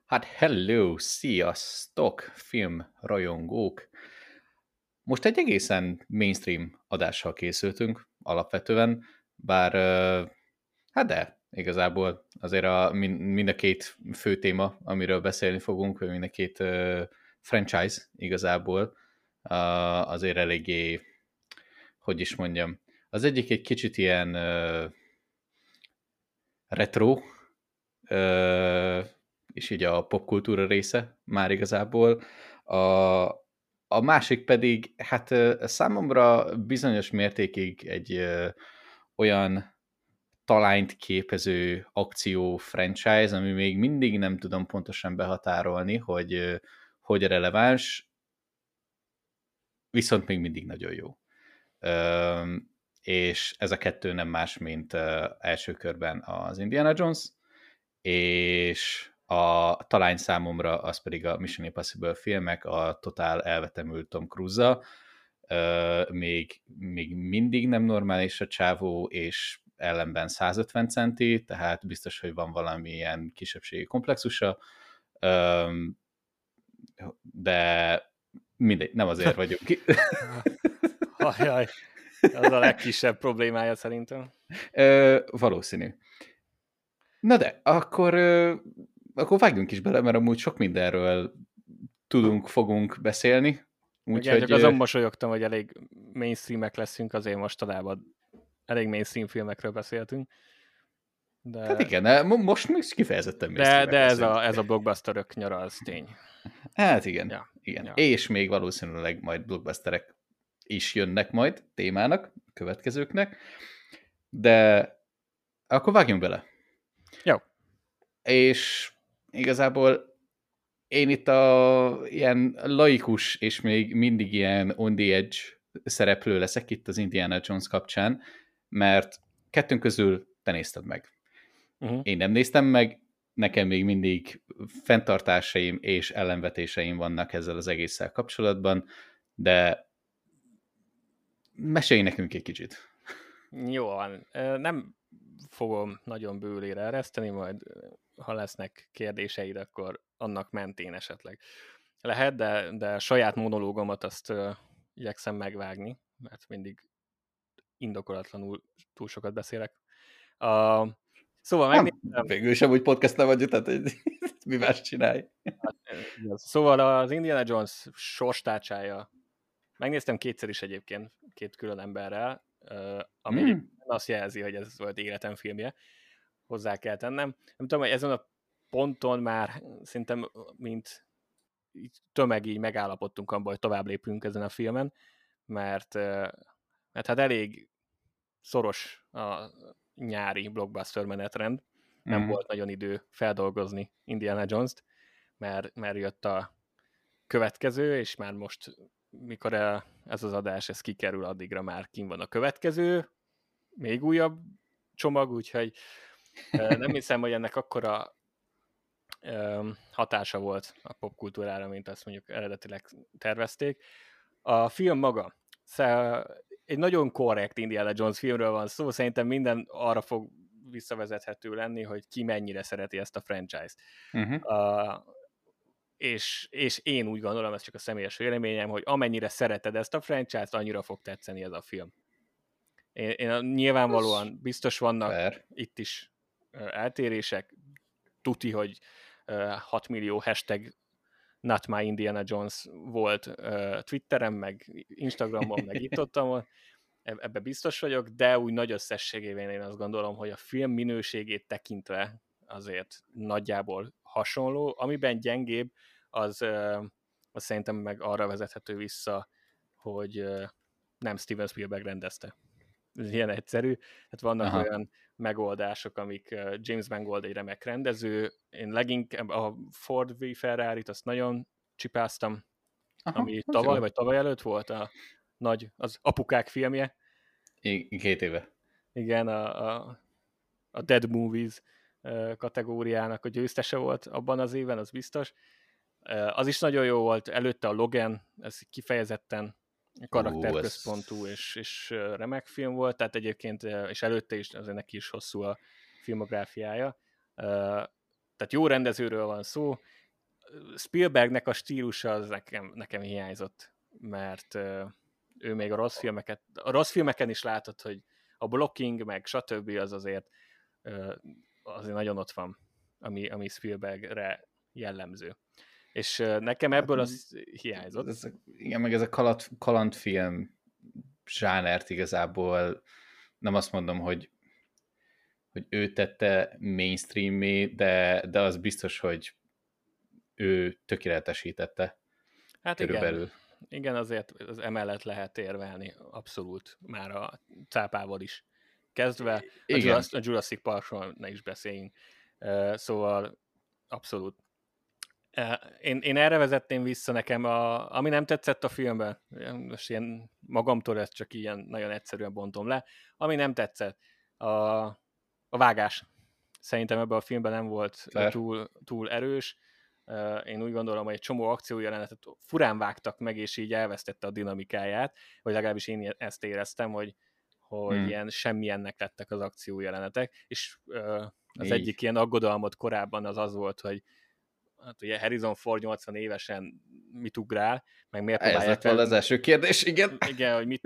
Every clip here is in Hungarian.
Hát hello, sziasztok, filmrajongók! Most egy egészen mainstream adással készültünk, alapvetően, bár hát de, igazából azért mind a két fő téma, amiről beszélni fogunk, vagy mind a két franchise igazából, azért eléggé, hogy is mondjam, az egyik egy kicsit ilyen retro, és így a popkultúra része már igazából. A másik pedig, hát számomra bizonyos mértékig egy olyan talányt képező akció franchise, ami még mindig nem tudom pontosan behatárolni, hogy releváns, viszont még mindig nagyon jó. És ez a kettő nem más, mint első körben az Indiana Jones, és a talány számomra az pedig a Mission Impossible filmek, a totál elvetemült Tom Cruise-zal. Még mindig nem normális a csávó, és ellenben 150 centi, tehát biztos, hogy van valamilyen kisebbségi komplexusa, de mindegy, nem azért vagyunk ki. Ajaj, az a legkisebb problémája szerintem. Valószínű. Na de, akkor vágjunk is bele, mert amúgy sok mindenről fogunk beszélni. Igen, csak azon mosolyogtam, hogy elég mainstreamek leszünk, azért mostanában elég mainstream filmekről beszéltünk. De... Hát igen, most kifejezetten mainstreamek de ez a blockbusterök nyara, az tény. Hát igen, Ja. igen. Ja. És még valószínűleg majd blockbusterek is jönnek majd témának, következőknek. De akkor vágjunk bele. Jó. És igazából én itt a ilyen laikus és még mindig ilyen on the edge szereplő leszek itt az Indiana Jones kapcsán, mert kettőnk közül te nézted meg. Én nem néztem meg, nekem még mindig fenntartásaim és ellenvetéseim vannak ezzel az egésszel kapcsolatban, de mesélj nekünk egy kicsit. Jó van. Nem fogom nagyon bőlére ereszteni, majd ha lesznek kérdéseid, akkor annak mentén esetleg lehet, de saját monológomat azt igyekszem megvágni, mert mindig indokolatlanul túl sokat beszélek. Szóval megnéztem... Végül sem úgy podcast nem vagyok, tehát mi más csinálj. Szóval az Indiana Jones sorstárcsája, megnéztem kétszer is egyébként, két külön emberrel, ami azt jelzi, hogy ez volt életem filmje, hozzá kell tennem. Nem tudom, hogy ezen a ponton már szerintem, mint tömeg így megállapodtunk abban, hogy tovább lépünk ezen a filmen, mert hát elég szoros a nyári blockbuster menetrend, nem volt nagyon idő feldolgozni Indiana Jones-t, mert jött a következő, és már most, mikor ez az adás, ez kikerül, addigra már kint van a következő, még újabb csomag, úgyhogy nem hiszem, hogy ennek akkora hatása volt a popkultúrára, mint azt mondjuk eredetileg tervezték. A film maga, egy nagyon korrekt Indiana Jones filmről van szó, szerintem minden arra fog visszavezethető lenni, hogy ki mennyire szereti ezt a franchise-t. És én úgy gondolom, ez csak a személyes véleményem, hogy amennyire szereted ezt a franchise-t, annyira fog tetszeni ez a film. Én nyilvánvalóan biztos vannak itt is eltérések, tuti, hogy 6 millió hashtag Not My Indiana Jones volt Twitteren, meg Instagramon, meg itt-ottam, ebbe biztos vagyok, de úgy nagy összességében én azt gondolom, hogy a film minőségét tekintve azért nagyjából hasonló. Amiben gyengébb, az szerintem meg arra vezethető vissza, hogy nem Steven Spielberg rendezte. Ez ilyen egyszerű. Hát vannak olyan megoldások, amik James Mangold egy remek rendező. Én leginkább a Ford v Ferrari-t azt nagyon csipáztam, ami tavaly vagy tavaly előtt volt az apukák filmje. 2 éve. Igen, a Dead Movies kategóriának a győztese volt abban az évben, az biztos. Az is nagyon jó volt, előtte a Logan, ez kifejezetten karakterközpontú és remek film volt, tehát egyébként, és előtte is azért neki is hosszú a filmográfiája. Tehát jó rendezőről van szó, Spielbergnek a stílusa az nekem hiányzott, mert ő még a rossz filmeken is látott, hogy a blocking, meg stb. Az azért nagyon ott van, ami Spielbergre jellemző. És nekem ebből az hiányzott. Igen, meg ez a kalandfilm zsánert igazából nem azt mondom, hogy ő tette mainstream-mé, de az biztos, hogy ő tökéletesítette. Hát igen, azért az emellett lehet érvelni, abszolút, már a cápával is kezdve, a Jurassic Parkról ne is beszéljünk. Szóval abszolút. Én erre vezetném vissza nekem, ami nem tetszett a filmben, most ilyen magamtól ezt csak ilyen nagyon egyszerűen bontom le, ami nem tetszett, a vágás. Szerintem ebben a filmben nem volt túl erős. Én úgy gondolom, hogy egy csomó akciójelenetet furán vágtak meg, és így elvesztette a dinamikáját, vagy legalábbis én ezt éreztem, hogy ilyen semmilyennek lettek az akciójelenetek, és az egyik ilyen aggodalmot korábban az volt, hogy hát ugye Harrison Ford 80 évesen mit ugrál, meg miért próbálják... Ez az első kérdés, igen. Igen, hogy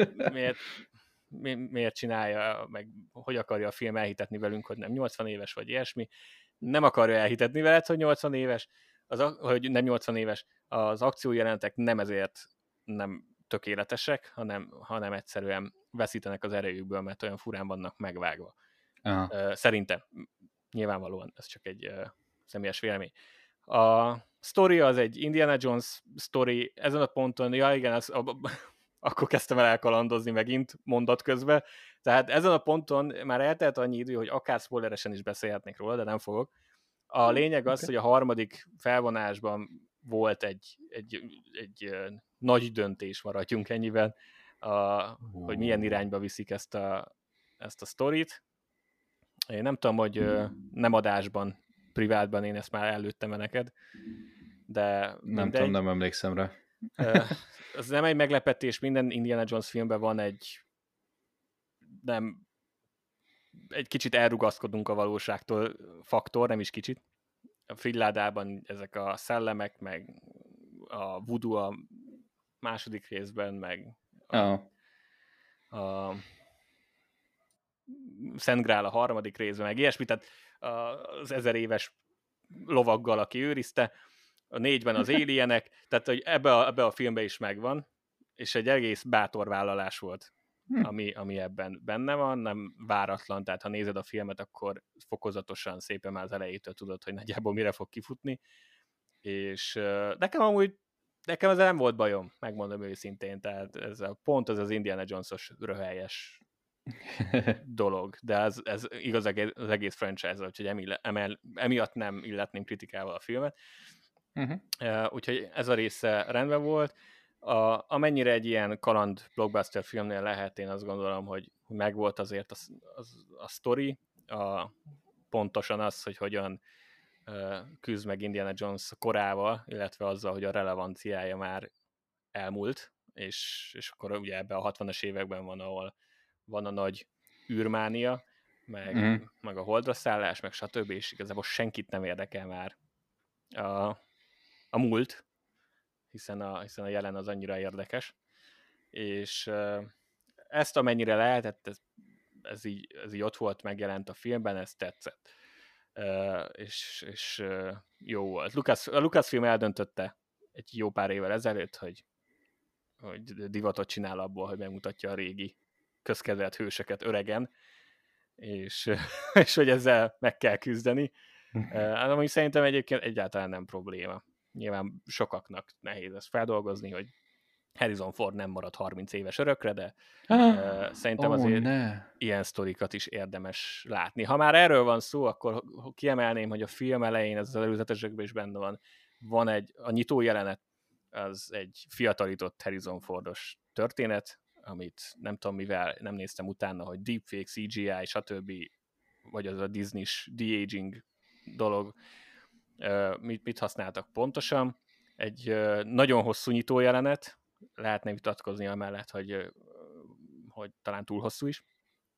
miért csinálja, meg hogy akarja a film elhitetni velünk, hogy nem 80 éves, vagy ilyesmi. Nem akarja elhitetni veled, hogy 80 éves, hogy nem 80 éves. Az akciójelentek nem ezért nem tökéletesek, hanem egyszerűen veszítenek az erejükből, mert olyan furán vannak megvágva. Szerintem. Nyilvánvalóan ez csak egy személyes vélemény. A sztori az egy Indiana Jones sztori, ezen a ponton, ja igen, akkor kezdtem el elkalandozni megint mondat közben, tehát ezen a ponton már eltelt annyi idő, hogy akár spoileresen is beszélhetnék róla, de nem fogok. A lényeg az, hogy a harmadik felvonásban volt egy nagy döntés, maradjunk ennyiben, hogy milyen irányba viszik ezt a sztorit. Én nem tudom, hogy nem adásban, privátban én ezt már előttem neked, de nem tudom, nem emlékszem rá. Az nem egy meglepetés, minden Indiana Jones filmben van egy kicsit elrugaszkodunk a valóságtól faktor, nem is kicsit. A Frilládában ezek a szellemek, meg a voodoo a második részben, meg a Szent Grál a harmadik részben, meg ilyesmi, tehát az 1000 éves lovaggal, aki őrizte, a 4-ben az alienek, tehát hogy ebbe a filmbe is megvan, és egy egész bátor vállalás volt, ami ebben benne van, nem váratlan, tehát ha nézed a filmet, akkor fokozatosan, szépen már az elejétől tudod, hogy nagyjából mire fog kifutni, és nekem ezzel nem volt bajom, megmondom őszintén, tehát ez pont az Indiana Jones-os röhelyes dolog, de ez igaz az egész franchise-val, úgyhogy emiatt nem illetném kritikával a filmet. Úgyhogy ez a része rendben volt. Amennyire egy ilyen kaland blockbuster filmnél lehet, én azt gondolom, hogy megvolt azért a sztori, pontosan az, hogy hogyan küzd meg Indiana Jones korával, illetve azzal, hogy a relevanciája már elmúlt, és akkor ugye ebben a 60-as években van, ahol van a nagy űrmánia, meg a holdra szállás, meg stb., és igazából senkit nem érdekel már a múlt, hiszen a jelen az annyira érdekes, és ezt amennyire lehetett, ez így ott volt, megjelent a filmben, ez tetszett. És jó volt. A Lucasfilm eldöntötte egy jó pár évvel ezelőtt, hogy divatot csinál abból, hogy megmutatja a régi közkedvelt hősöket öregen, és hogy ezzel meg kell küzdeni. Ami szerintem egyébként egyáltalán nem probléma. Nyilván sokaknak nehéz ezt feldolgozni, hogy Harrison Ford nem marad 30 éves örökre, de szerintem azért ilyen sztorikat is érdemes látni. Ha már erről van szó, akkor kiemelném, hogy a film elején, ez az előzetesekben is benne van a nyitó jelenet, az egy fiatalított Harrison Fordos történet, amit nem tudom mivel, nem néztem utána, hogy deepfake, CGI, stb., vagy az a Disney-s de-aging dolog, mit használtak pontosan. Egy nagyon hosszú nyitó jelenet, lehetne vitatkozni amellett, hogy talán túl hosszú is,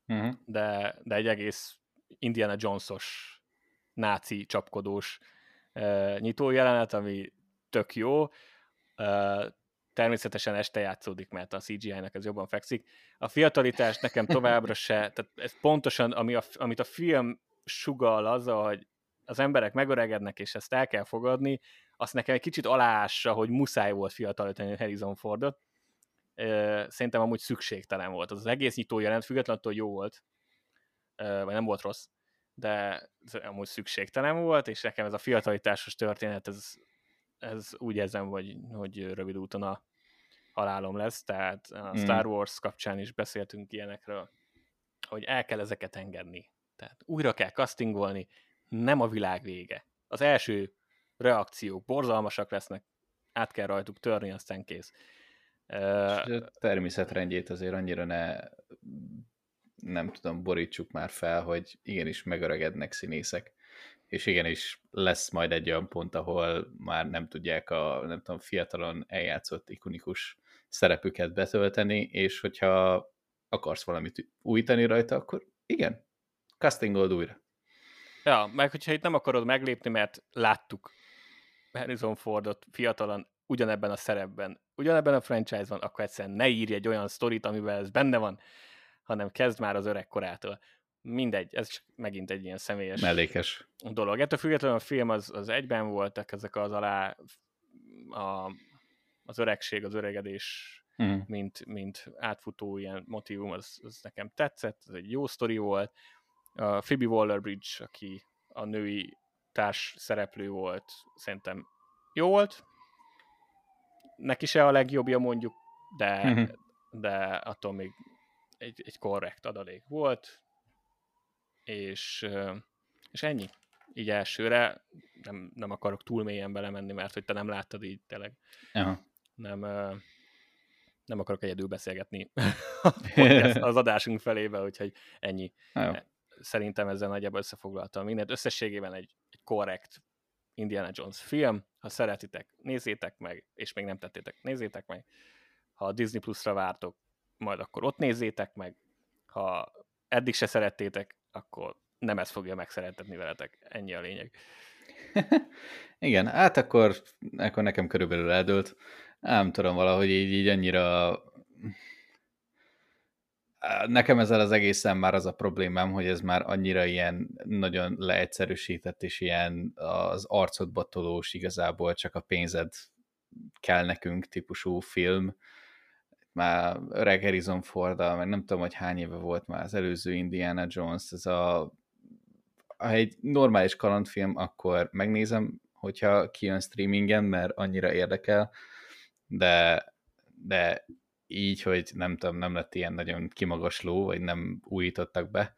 de egy egész Indiana Jones-os náci csapkodós nyitó jelenet, ami tök jó. Természetesen este játszódik, mert a CGI-nak ez jobban fekszik. A fiatalitás nekem továbbra se, tehát ez pontosan, amit a film sugall azzal, hogy az emberek megöregednek, és ezt el kell fogadni, azt nekem egy kicsit aláássa, hogy muszáj volt fiatalítani Harrison Fordot. Szerintem amúgy szükségtelen volt. Az egész nyitó jelent, függetlenül attól, hogy jó volt, vagy nem volt rossz, de amúgy szükségtelen volt, és nekem ez a fiatalitásos történet, ez úgy érzem, hogy rövid úton a halálom lesz, tehát a Star Wars kapcsán is beszéltünk ilyenekről, hogy el kell ezeket engedni. Tehát újra kell castingolni, nem a világ vége. Az első reakciók borzalmasak lesznek, át kell rajtuk törni, aztán kész. És a természetrendjét azért annyira nem tudom, borítsuk már fel, hogy igenis megöregednek színészek, és igenis lesz majd egy olyan pont, ahol már nem tudják a nem tudom, fiatalon eljátszott ikonikus szerepüket betölteni, és hogyha akarsz valamit újítani rajta, akkor igen, castingold újra. Ja, meg hogyha itt nem akarod meglépni, mert láttuk Harrison Fordot fiatalon ugyanebben a szerepben, ugyanebben a franchise-ban, akkor egyszerűen ne írj egy olyan sztorit, amiben ez benne van, hanem kezd már az öreg korától. Mindegy, ez csak megint egy ilyen személyes mellékes dolog. Ettől függetlenül a film az egyben voltak, ezek az alá az öregség, az öregedés, mint átfutó ilyen motívum, az nekem tetszett, ez egy jó sztori volt. A Phoebe Waller-Bridge, aki a női társ szereplő volt, szerintem jó volt. Neki se a legjobbja mondjuk, de attól még egy korrekt adalék volt, és ennyi. Így elsőre nem akarok túl mélyen belemenni, mert hogy te nem láttad így tényleg. Nem akarok egyedül beszélgetni az adásunk felébe, úgyhogy ennyi. Szerintem ezzel nagyjából összefoglaltam mindent. Összességében egy korrekt Indiana Jones film. Ha szeretitek, nézzétek meg, és még nem tettétek, nézzétek meg. Ha a Disney Plus-ra vártok, majd akkor ott nézzétek meg. Ha eddig se szerettétek, akkor nem ez fogja megszeretetni veletek. Ennyi a lényeg. Igen, hát akkor nekem körülbelül eldőlt. Nem tudom, valahogy így annyira... Nekem ezzel az egészen már az a problémám, hogy ez már annyira ilyen nagyon leegyszerűsített, és ilyen az arcodba tolós, igazából csak a pénzed kell nekünk típusú film. Már öreg Harrison Forddal, meg nem tudom, hogy hány éve volt már az előző Indiana Jones, ez ha egy normális kalandfilm, akkor megnézem, hogyha kijön streamingen, mert annyira érdekel, de így, hogy nem tudom, nem lett ilyen nagyon kimagasló, vagy nem újítottak be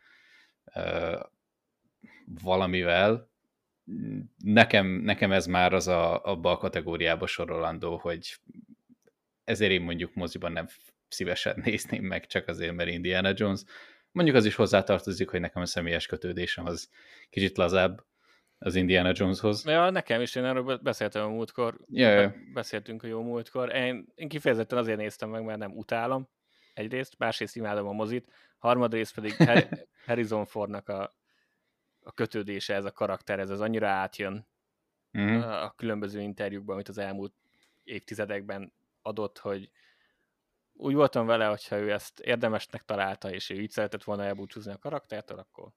valamivel. Nekem ez már az abba a kategóriába sorolandó, hogy ezért én mondjuk moziban nem szívesen nézném meg, csak azért, mert Indiana Jones. Mondjuk az is hozzátartozik, hogy nekem a személyes kötődésem az kicsit lazább az Indiana Joneshoz. Ja, nekem is, én erről beszéltem a múltkor. Beszéltünk a jó múltkor. Én kifejezetten azért néztem meg, mert nem utálom egyrészt, másrészt imádom a mozit, harmadrészt pedig Harrison Fordnak a kötődése, ez a karakter, ez annyira átjön a különböző interjúkban, amit az elmúlt évtizedekben adott, hogy úgy voltam vele, hogyha ő ezt érdemesnek találta, és ő így szeretett volna elbúcsúzni a karaktertől, akkor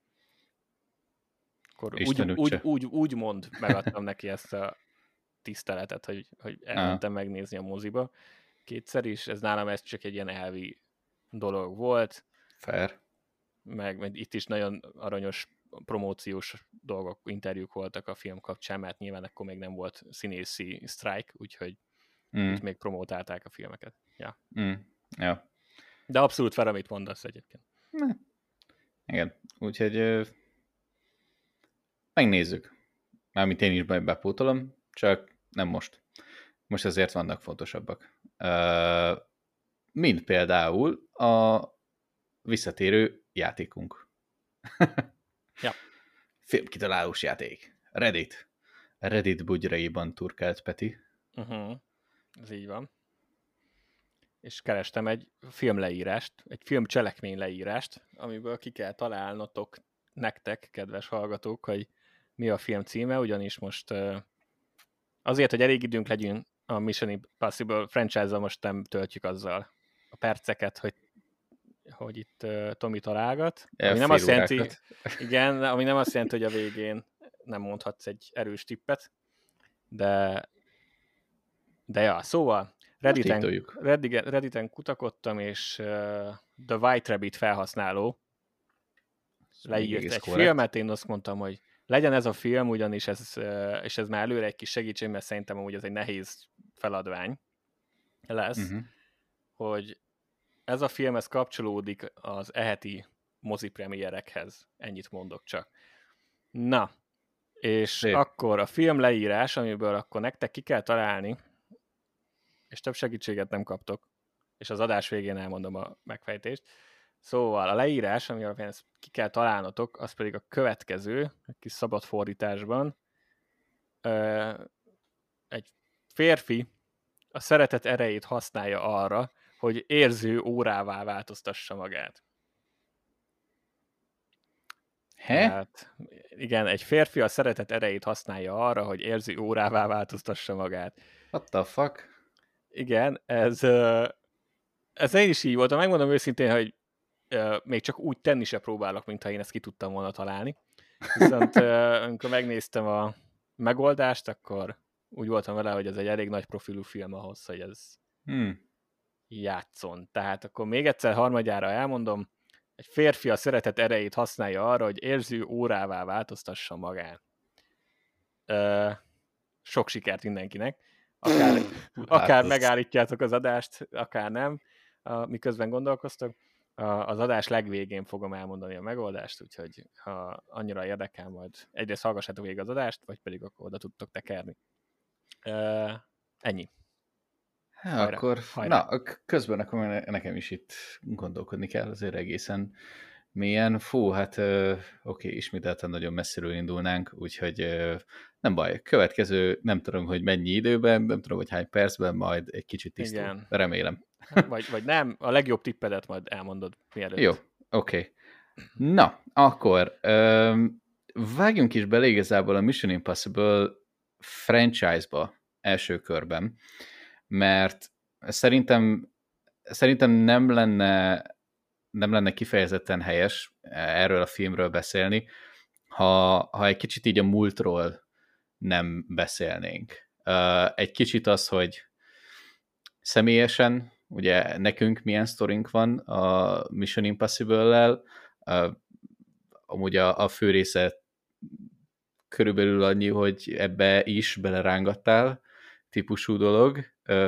úgy mond, megadtam neki ezt a tiszteletet, hogy elmentem megnézni a moziba kétszer is. Ez nálam ez csak egy ilyen elvi dolog volt. Fair. Meg itt is nagyon aranyos promóciós dolgok, interjúk voltak a film kapcsán, mert nyilván akkor még nem volt színészi sztrájk, úgyhogy itt még promótálták a filmeket. Ja. Ja. De abszolút fel, amit mondasz egyébként. Igen, úgyhogy megnézzük. Mármint én is majd bepótolom, csak nem most. Most azért vannak fontosabbak. Mint például a visszatérő játékunk. Ja. Filmkitalálós játék. Reddit bugyraiban turkált Peti. Ez így van. És kerestem egy filmleírást, egy filmcselekmény leírást, amiből ki kell találnotok nektek, kedves hallgatók, hogy mi a film címe, ugyanis most azért, hogy elég időnk legyen a Mission Impossible franchise-zal, most nem töltjük azzal a perceket, hogy itt Tomi találgat. Ami nem azt jelenti, igen, ami nem azt jelenti, hogy a végén nem mondhatsz egy erős tippet, de ja, szóval Redditen kutakodtam, és The White Rabbit felhasználó leírt egy filmet, én azt mondtam, hogy legyen ez a film, ugyanis és ez már előre egy kis segítség, mert szerintem amúgy ez egy nehéz feladvány lesz, hogy ez a film, ez kapcsolódik az eheti mozipremierekhez. Ennyit mondok csak. Na, és szép. Akkor a film leírás, amiből akkor nektek ki kell találni, és több segítséget nem kaptok, és az adás végén elmondom a megfejtést. Szóval a leírás, ami alapján ezt ki kell találnotok, az pedig a következő, egy kis szabad fordításban. Egy férfi a szeretet erejét használja arra, hogy érző órává változtassa magát. Hát, igen, egy férfi a szeretet erejét használja arra, hogy érző órává változtassa magát. What the fuck? Igen, ez én is így voltam. Megmondom őszintén, hogy még csak úgy tenni se próbálok, mintha én ezt ki tudtam volna találni. Viszont amikor megnéztem a megoldást, akkor úgy voltam vele, hogy ez egy elég nagy profilú film ahhoz, hogy ez játszon. Tehát akkor még egyszer harmadjára elmondom, egy férfi a szeretet erejét használja arra, hogy érző órává változtassa magát. Sok sikert mindenkinek. Akár megállítjátok az adást, akár nem, miközben gondolkoztok. Az adás legvégén fogom elmondani a megoldást, úgyhogy ha annyira érdekel, majd egyrészt hallgassátok végig az adást, vagy pedig akkor oda tudtok tekerni. Ennyi. Hajrá, akkor hajrá. Na, közben akkor nekem is itt gondolkodni kell azért egészen mélyen. Fú, hát oké, ismételten nagyon messziről indulnánk, úgyhogy nem baj. Következő, nem tudom, hogy mennyi időben, nem tudom, hogy hány percben, majd egy kicsit tisztul. Igen. Remélem. Vagy nem, a legjobb tippedet majd elmondod mielőtt. Jó, oké. Na, akkor vágjunk is bele igazából a Mission Impossible franchise-ba első körben, mert szerintem nem lenne kifejezetten helyes erről a filmről beszélni, ha egy kicsit így a múltról nem beszélnénk. Egy kicsit az, hogy személyesen, ugye nekünk milyen sztorink van a Mission Impossible-lel, amúgy a fő része körülbelül annyi, hogy ebbe is belerángattál típusú dolog,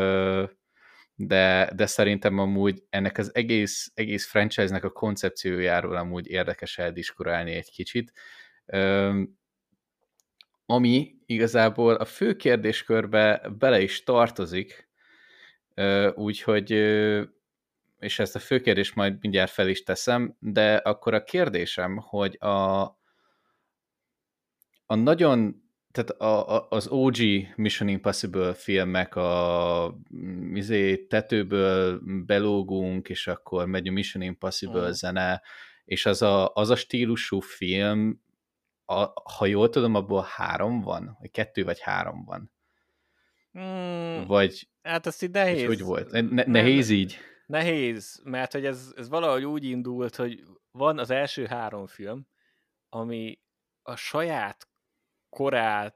de szerintem amúgy ennek az egész franchise-nek a koncepciójáról amúgy érdekes eldiskurálni egy kicsit. Ami igazából a fő kérdéskörbe bele is tartozik, úgyhogy, és ezt a fő kérdést majd mindjárt fel is teszem, de akkor a kérdésem, hogy a nagyon, tehát az OG Mission Impossible filmek tetőből belógunk, és akkor megy a Mission Impossible zene, és az a stílusú film, ha jól tudom, abból 3 van, vagy 2 vagy 3 van. Vagy hát azt így nehéz. Hogy volt? Nehéz így? Nehéz, mert hogy ez valahogy úgy indult, hogy van az első 3 film, ami a saját korába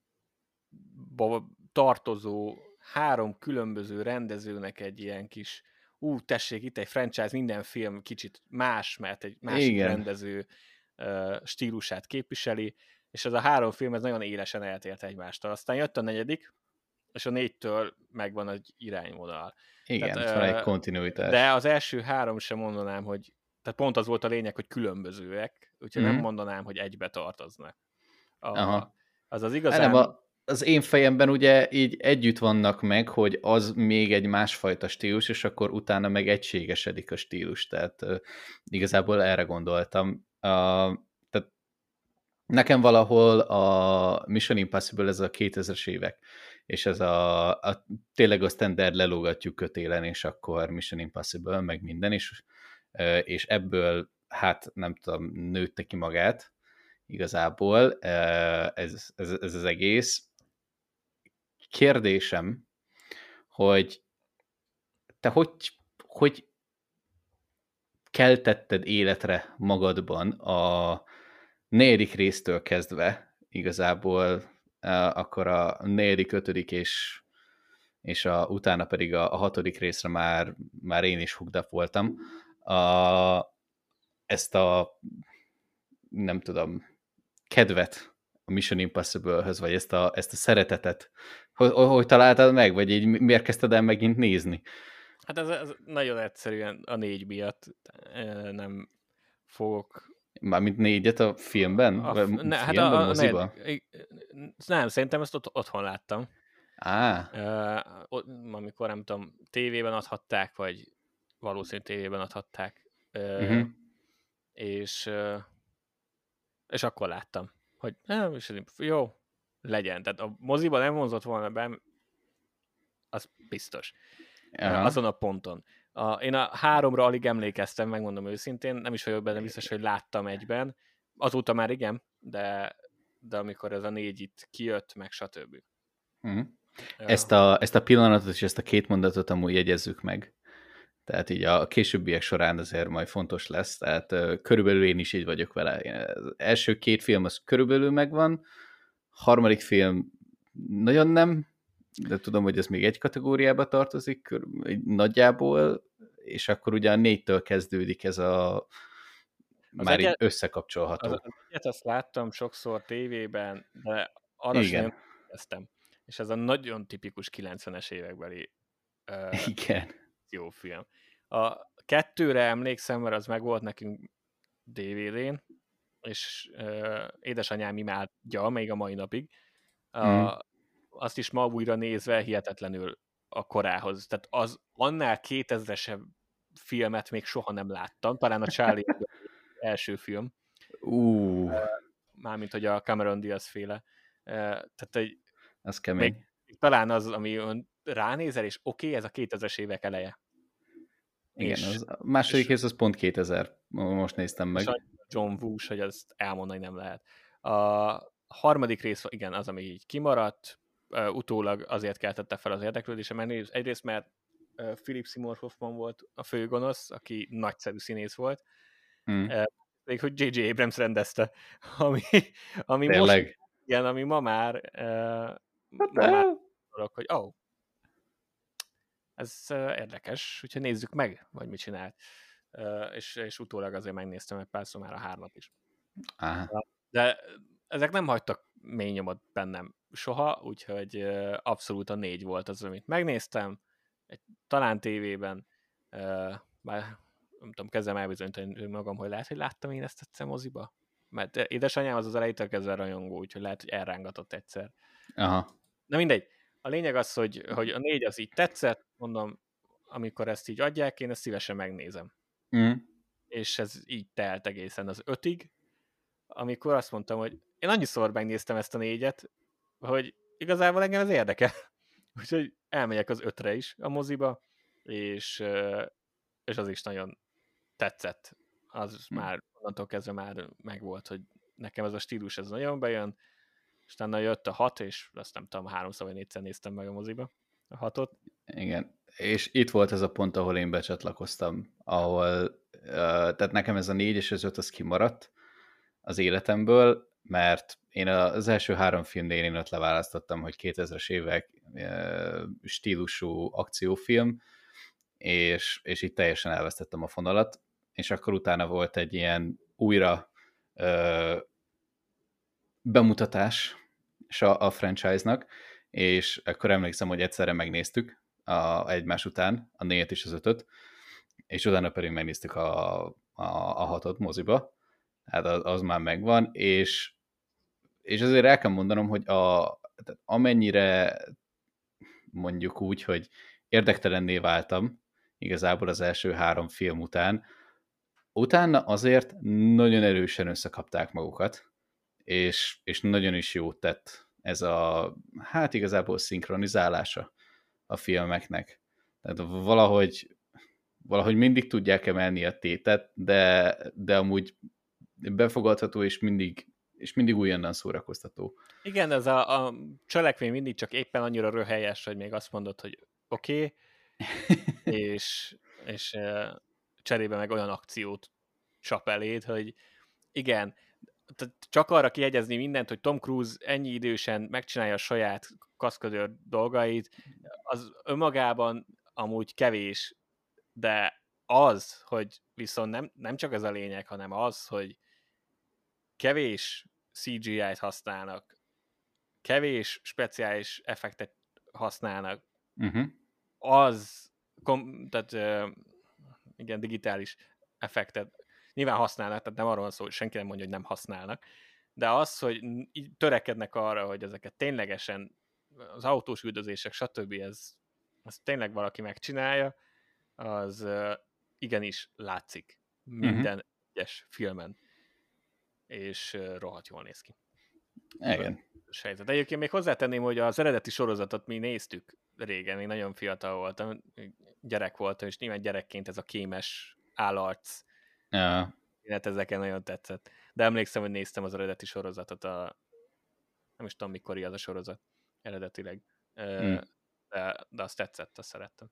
tartozó 3 különböző rendezőnek egy ilyen kis tessék, itt egy franchise, minden film kicsit más, mert egy másik rendező stílusát képviseli, és ez a 3 film ez nagyon élesen eltért egymástól. Aztán jött a 4., és a 4-től megvan egy irányvonal. Igen, tehát, van egy kontinuitás. De az első 3 sem mondanám, hogy tehát pont az volt a lényeg, hogy különbözőek, úgyhogy nem mondanám, hogy egybe tartoznak. Az igazán... Az én fejemben ugye így együtt vannak meg, hogy az még egy másfajta stílus, és akkor utána meg egységesedik a stílus, tehát igazából erre gondoltam. Tehát nekem valahol a Mission Impossible ez a 2000-es évek, és ez tényleg a standard lelógatjuk kötélen, és akkor Mission Impossible, meg minden, és ebből, hát nem tudom, nőtte ki magát, igazából ez az egész. Kérdésem, hogy te hogy keltetted életre magadban a 4. résztől kezdve, igazából akkor a 4., 5. és utána pedig a 6. részre már én is hooked up voltam. Ezt a nem tudom, kedvet a Mission Impossible-höz, vagy ezt a szeretetet, hogy találtad meg, vagy így miért kezdted el megint nézni? Hát ez nagyon egyszerűen a 4 miatt nem fogok... Mármint 4-et a filmben? Hát a moziba? Nem, szerintem ezt otthon láttam. Amikor nem tudom, tévében adhatták, vagy valószínűleg tévében adhatták. És akkor láttam, hogy jó, legyen. Tehát a moziba nem vonzott volna be, az biztos. Azon a ponton. Én a 3-ra alig emlékeztem, megmondom őszintén, nem is vagyok benne biztos, hogy láttam egyben. Azóta már igen, de amikor ez a 4 itt kijött, meg stb. Ezt a pillanatot és ezt a 2 mondatot amúgy jegyezzük meg. Tehát így a későbbiek során azért majd fontos lesz, tehát körülbelül én is így vagyok vele. Az első 2 film az körülbelül megvan, harmadik film nagyon nem, de tudom, hogy ez még egy kategóriába tartozik, nagyjából, és akkor ugye a 4-től kezdődik ez a már így összekapcsolható. Az egyet azt láttam sokszor tévében, de arra sem kezdtem. És ez a nagyon tipikus 90-es évekbeli jó film. A 2-re emlékszem, mert az meg volt nekünk DVD-n, és édesanyám imádja még a mai napig. Azt is ma újra nézve hihetetlenül a korához. Tehát az annál 2000-es filmet még soha nem láttam. Talán a Charlie első film. Mármint, hogy a Cameron Diaz féle. Tehát az kemény. Talán az, ami ránézel, és oké, ez a 2000-es évek eleje. Igen, a második rész az pont 2000. Most néztem meg. John Woo-s, hogy azt elmondani nem lehet. A harmadik rész, igen, az, ami így kimaradt, utólag azért keltette fel az érdeklődésem, mert egyrészt, mert Philip Seymour Hoffman volt a főgonosz, aki nagyszerű színész volt, még hogy J.J. Abrams rendezte, ami most, igen, ami ma már hogy ez érdekes, úgyhogy nézzük meg, vagy mit csinált. És utólag azért megnéztem egy párszor már a 3-at is. De ezek nem hagytak mély nyomot bennem soha, úgyhogy abszolút a 4 volt az, amit megnéztem, talán tévében, már nem tudom, kezdem elbizonyítani magam, hogy lehet, hogy láttam én ezt egyszer moziba. Mert édesanyám az elejétől kezdve rajongó, úgyhogy lehet, hogy elrángatott egyszer. Na mindegy. A lényeg az, hogy a 4 az így tetszett, mondom, amikor ezt így adják, én ezt szívesen megnézem. És ez így telt egészen az 5-ig, amikor azt mondtam, hogy én annyiszor megnéztem ezt a 4-et, hogy igazából engem ez érdekel. Úgyhogy elmegyek az 5-re is a moziba, és az is nagyon tetszett. Az már onnantól kezdve már megvolt, hogy nekem ez a stílus ez nagyon bejön, és utána jött a 6, és azt nem tudom, 3-szor vagy 4-szer néztem meg a moziba a 6-ot. Igen, és itt volt ez a pont, ahol én becsatlakoztam, ahol, tehát nekem ez a 4 és az 5 az kimaradt az életemből, mert én az első 3 filmnél én ott leválasztottam, hogy 2000-es évek stílusú akciófilm, és itt teljesen elvesztettem a fonalat, és akkor utána volt egy ilyen újra bemutatás a franchise-nak, és akkor emlékszem, hogy egyszerre megnéztük egymás után a 4-et és az 5-öt, és utána pedig megnéztük a 6-ot moziba, hát az már megvan, és azért el kell mondanom, hogy amennyire mondjuk úgy, hogy érdektelenné váltam igazából az első 3 film után, utána azért nagyon erősen összekapták magukat, és nagyon is jót tett ez hát igazából szinkronizálása a filmeknek. Tehát valahogy mindig tudják emelni a tétet, de amúgy befogadható és mindig és mindig újonnan szórakoztató. Igen, ez a cselekmény mindig csak éppen annyira röhelyes, hogy még azt mondod, hogy oké, és cserébe meg olyan akciót csap eléd, hogy igen, csak arra kiegyezni mindent, hogy Tom Cruise ennyi idősen megcsinálja a saját kaszkadőr dolgait, az önmagában amúgy kevés, de az, hogy viszont nem csak ez a lényeg, hanem az, hogy kevés CGI-t használnak, kevés speciális effektet használnak, az, tehát igen, digitális effektet nyilván használnak, tehát nem arról van szó, hogy senki nem mondja, hogy nem használnak, de az, hogy törekednek arra, hogy ezeket ténylegesen az autós üldözések, stb. Ez tényleg valaki megcsinálja, az igenis látszik minden egyes filmen, és rohadt jól néz ki. Igen. De egyébként még hozzátenném, hogy az eredeti sorozatot mi néztük régen, én nagyon fiatal voltam, gyerek voltam, és nyilván gyerekként ez a kémes állarc, ezeken nagyon tetszett. De emlékszem, hogy néztem az eredeti sorozatot, nem is tudom, mikor az a sorozat eredetileg, de azt tetszett, azt szerettem.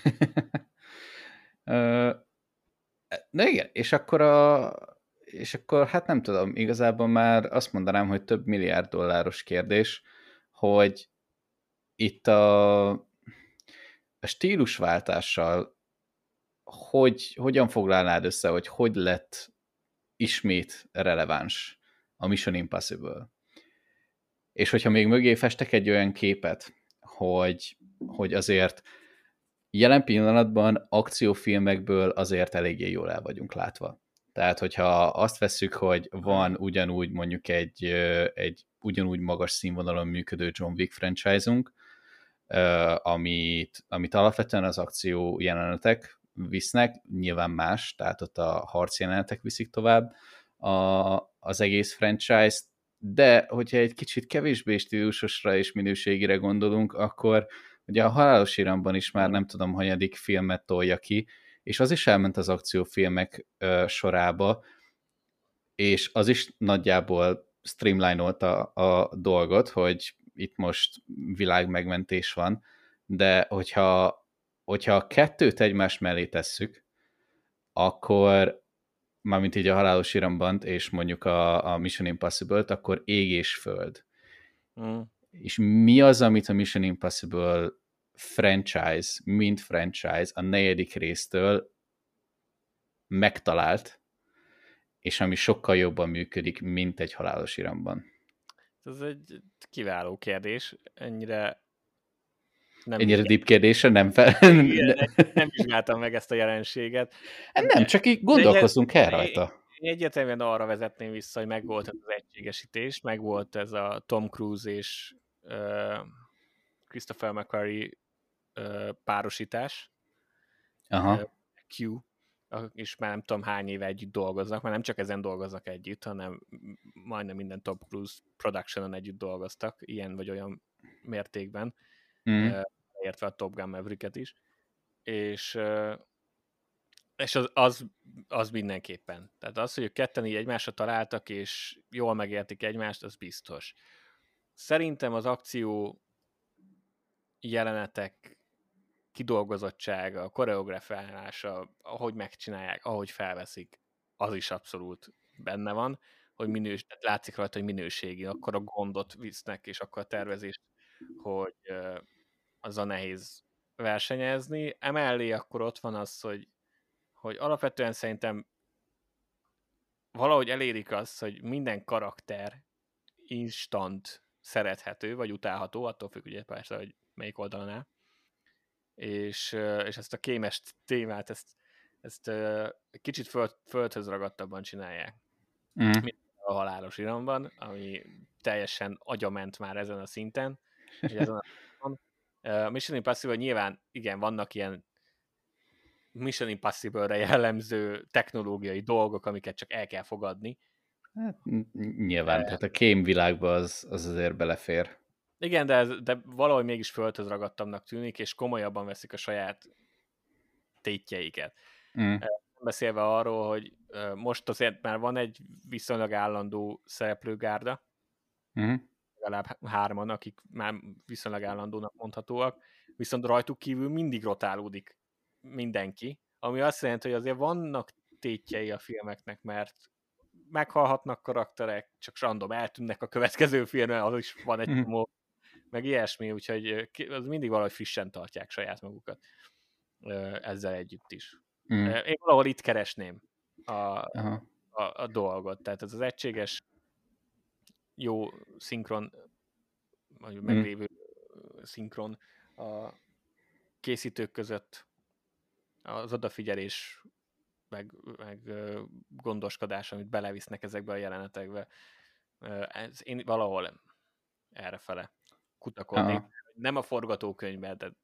De igen, és akkor hát nem tudom, igazából már azt mondanám, hogy több milliárd dolláros kérdés, hogy itt a stílusváltással hogyan foglalnád össze, hogy lett ismét releváns a Mission Impossible. És hogyha még mögé festek egy olyan képet, hogy azért jelen pillanatban akciófilmekből azért eléggé jól el vagyunk látva. Tehát, hogyha azt vesszük, hogy van ugyanúgy mondjuk egy ugyanúgy magas színvonalon működő John Wick franchise-unk, amit alapvetően az akció jelenetek visznek, nyilván más, tehát ott a harc jelenetek viszik tovább az egész franchise-t, de hogyha egy kicsit kevésbé stílusosra és minőségire gondolunk, akkor ugye a Halálos Iramban is már nem tudom, hanyadik filmet tolja ki, és az is elment az akciófilmek sorába, és az is nagyjából streamline-olta a dolgot, hogy itt most világmegmentés van, de hogyha a kettőt egymás mellé tesszük, akkor mármint így a Halálos Iramban és mondjuk a Mission Impossible-t, akkor ég és föld. És mi az, amit a Mission Impossible franchise, mint franchise a 4. résztől megtalált, és ami sokkal jobban működik, mint egy Halálos Iramban? Ez egy kiváló kérdés, ennyire deep kérdésre nem nem vizsgáltam meg ezt a jelenséget. Nem, csak így gondolkozzunk el rajta. Én egyértelműen arra vezetném vissza, hogy megvolt ez az egységesítés, megvolt ez a Tom Cruise és Christopher McQuarrie párosítás. Q, és már nem tudom hány éve együtt dolgoznak, már nem csak ezen dolgoznak együtt, hanem majdnem minden Tom Cruise production-on együtt dolgoztak, ilyen vagy olyan mértékben, értve a Top Gun Mavericket is, és az mindenképpen. Tehát az, hogy ők ketten így egymásra találtak, és jól megértik egymást, az biztos. Szerintem az akció jelenetek kidolgozottsága, a koreografálása, ahogy megcsinálják, ahogy felveszik, az is abszolút benne van, hogy látszik rajta, hogy minőségi, akkor a gondot visznek, és akkor a tervezést, hogy azzal nehéz versenyezni. Emellé akkor ott van az, hogy alapvetően szerintem valahogy elérik azt, hogy minden karakter instant szerethető, vagy utálható, attól függ ugye persze, hogy melyik oldalon áll. És ezt a kémes témát, ezt kicsit földhöz ragadtabban csinálják. Mint a Halálos Iramban, ami teljesen agyament már ezen a szinten. Mission Impossible nyilván, igen, vannak ilyen Mission Impossible-re jellemző technológiai dolgok, amiket csak el kell fogadni. Hát, nyilván, tehát a kémvilágba az azért belefér. Igen, de valahogy mégis földhöz ragadtabbnak tűnik, és komolyabban veszik a saját tétjeiket. Nem beszélve arról, hogy most azért már van egy viszonylag állandó szereplőgárda, legalább 3-an, akik már viszonylag állandónak mondhatóak, viszont rajtuk kívül mindig rotálódik mindenki, ami azt jelenti, hogy azért vannak tétjei a filmeknek, mert meghalhatnak karakterek, csak random eltűnnek a következő filmben, az is van egy csomó, meg ilyesmi, úgyhogy az mindig valahogy frissen tartják saját magukat ezzel együtt is. Én valahol itt keresném a dolgot, tehát ez az egységes jó szinkron, vagy meglévő szinkron a készítők között, az odafigyelés, meg gondoskodás, amit belevisznek ezekbe a jelenetekbe. Én valahol errefele kutakodnék. Nem a forgatókönyvben, de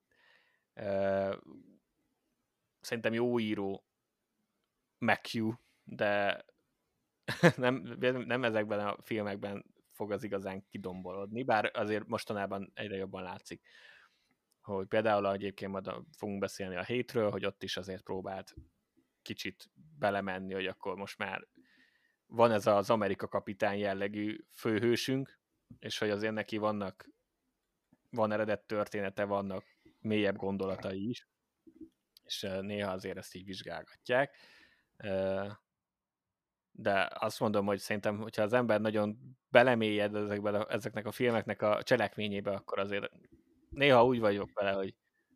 szerintem jó író McHugh, de nem ezekben a filmekben fog az igazán kidombolodni, bár azért mostanában egyre jobban látszik, hogy például egyébként majd fogunk beszélni a Hétről, hogy ott is azért próbált kicsit belemenni, hogy akkor most már van ez az Amerika kapitány jellegű főhősünk, és hogy azért neki van eredet története, vannak mélyebb gondolatai is, és néha azért ezt így vizsgálgatják. De azt mondom, hogy szerintem, hogyha az ember nagyon belemélyed ezeknek a filmeknek a cselekményébe, akkor azért néha úgy vagyok vele, hogy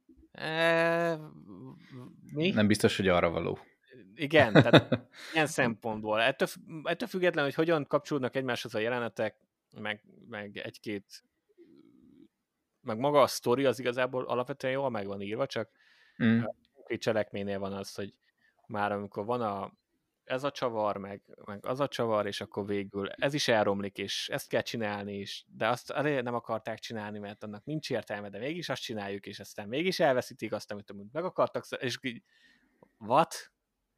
mi? Nem biztos, hogy arra való. Igen, tehát ilyen szempontból. Ettől függetlenül, hogy hogyan kapcsolódnak egymáshoz a jelenetek, meg egy-két, meg maga a sztori az igazából alapvetően jól meg van írva, csak a cselekménynél van az, hogy már amikor van ez a csavar, meg az a csavar, és akkor végül ez is elromlik, és ezt kell csinálni is, de azt azért nem akarták csinálni, mert annak nincs értelme, de mégis azt csináljuk, és aztán mégis elveszítik azt, amit meg akartak, és így, what?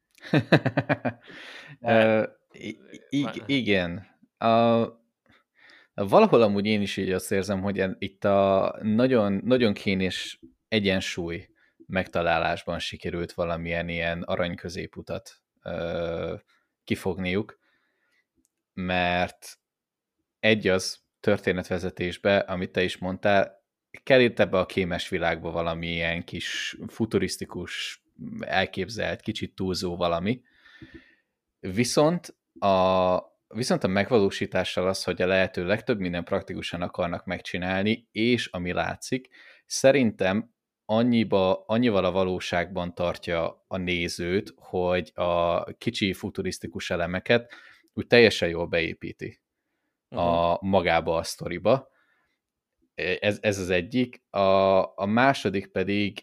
Igen. Valahol amúgy én is így azt érzem, hogy itt a nagyon, nagyon kényes egyensúly megtalálásban sikerült valamilyen ilyen arany középutat kifogniuk, mert egy az történetvezetésbe, amit te is mondtál, kell itt ebbe a kémes világba valami ilyen kis futurisztikus, elképzelt, kicsit túlzó valami. Viszont a megvalósítással az, hogy a lehető legtöbb minden praktikusan akarnak megcsinálni, és ami látszik, szerintem annyival a valóságban tartja a nézőt, hogy a kicsi futurisztikus elemeket úgy teljesen jól beépíti magába a sztoriba. Ez az egyik. A második pedig,